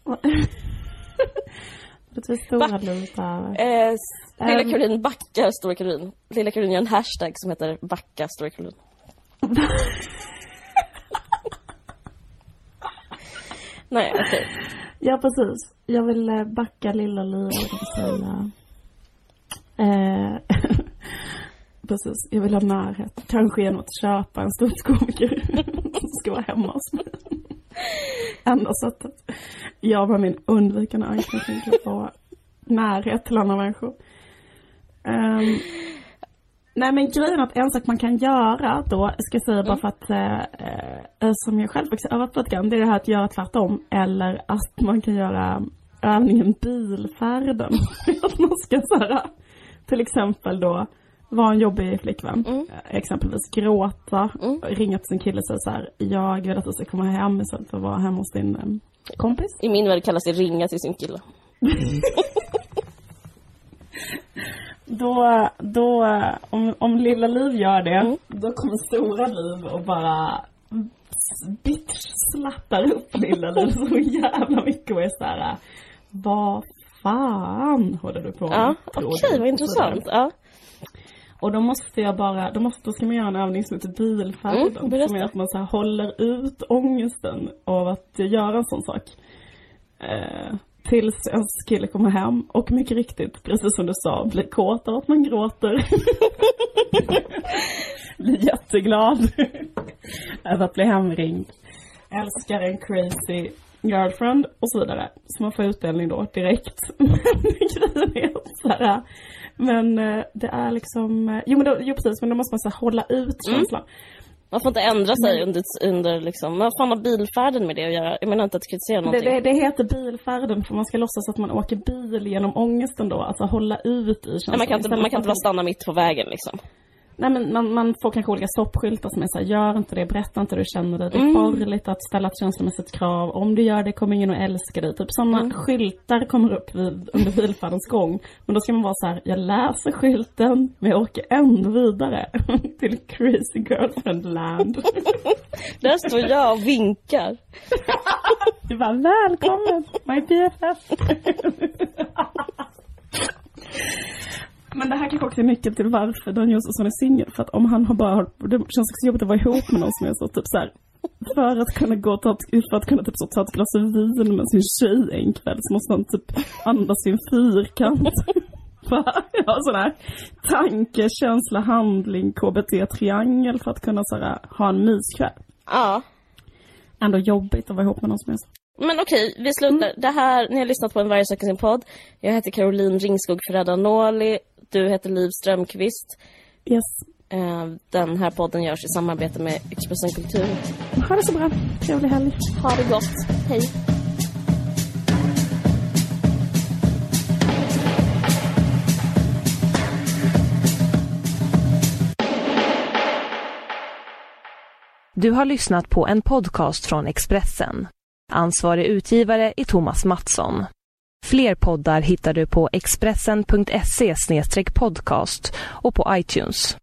B: Det är stora lutar.
C: Eh, Lilla
B: um,
C: Caroline backar Stora Caroline. Lilla Caroline gör en hashtag som heter backa Stora Caroline. Nej, okej. Okay.
B: Ja, precis. Jag vill backa Lilla Liv och säga. Eh, precis. Jag vill ha närhet. Kanske genom att köpa en ståuppkomiker som ska vara hemma hos mig. Enda sättet. Jag med min undvikande anknytning kan få närhet till andra människor. Um, nej, men grejen att en sak man kan göra då, ska jag säga mm. bara för att eh, som jag själv också övat på ett grann, det är det här att göra tvärtom. Eller att man kan göra övningen bilfärden. Att man ska så här, till exempel då vara en jobbig flickvän. Mm. Exempelvis gråta, mm. ringa till sin kille och säga så här: jag vill att du ska komma hem istället för att vara hemma hos din um, kompis.
C: I min värld kallas det ringa till sin kille.
B: Då, då om, om Lilla Liv gör det, mm. då kommer Stora Liv och bara bitch-slattar upp Lilla Liv så jävla mycket och är så här: vad fan håller du på med?
C: Ja, okej, okay, vad intressant. Ja.
B: Och då måste jag bara, då, måste, då ska man göra en övning som heter bilfärden. Mm, som är att man så här håller ut ångesten av att göra en sån sak. Eh, tills ens kille kommer hem. Och mycket riktigt, precis som du sa, blir kåt av att man gråter. Blir jätteglad över att bli hemringd. Älskar en crazy girlfriend och så vidare. Så man får utdelning då direkt. Men grejen är så här. Men det är liksom... Jo, men då, jo precis, men då måste man så här, hålla ut känslan. Mm.
C: Man får inte ändra sig mm. under, under liksom... Vad fan har bilfärden med det att göra? Jag menar inte att kritisera någonting.
B: Det, det, det heter bilfärden för man ska låtsas att man åker bil genom ångesten då. Alltså hålla ut i känslan.
C: Nej, man kan inte, man kan inte bara stanna mitt på vägen liksom.
B: nej men man, man får kanske olika stoppskyltar som är så här, gör inte det, berätta inte hur du känner dig. Det är
C: Mm.
B: farligt att ställa ett känslomässigt krav. Om du gör det kommer ingen att älska dig. Typ sådana
C: Mm.
B: skyltar kommer upp vid, under bilfärdens gång. Men då ska man vara så här, jag läser skylten men jag åker ändå vidare till Crazy Girlfriend Land.
C: Där står jag och vinkar.
B: Du var välkommen, my B F F. Men det här kanske också är nyckeln till varför Dan Josefsson är singel. För att om han har bara, det känns också jobbigt att vara ihop med någon som är så typ så här, för att kunna gå och ta ett, för att kunna typ så ta ett glas vin med sin tjej en kväll så måste han typ andas sin fyrkant. Ja, sån här tanke, känsla, handling, K B T-triangel för att kunna så här, ha en myskväll.
C: Ja.
B: Ändå jobbigt att vara ihop med någon som är så.
C: Men okej, vi slutar. Mm. Det här, ni har lyssnat på En varje söker sin podd. Jag heter Caroline Ringskog Ferrada-Noli. Du heter Liv Strömqvist.
B: Yes.
C: Den här podden görs i samarbete med Expressen Kultur.
B: Ha det så bra. Trevlig helg.
C: Ha det gott. Hej.
A: Du har lyssnat på en podcast från Expressen. Ansvarig utgivare är Thomas Mattsson. Fler poddar hittar du på expressen punkt se slash podcast och på iTunes.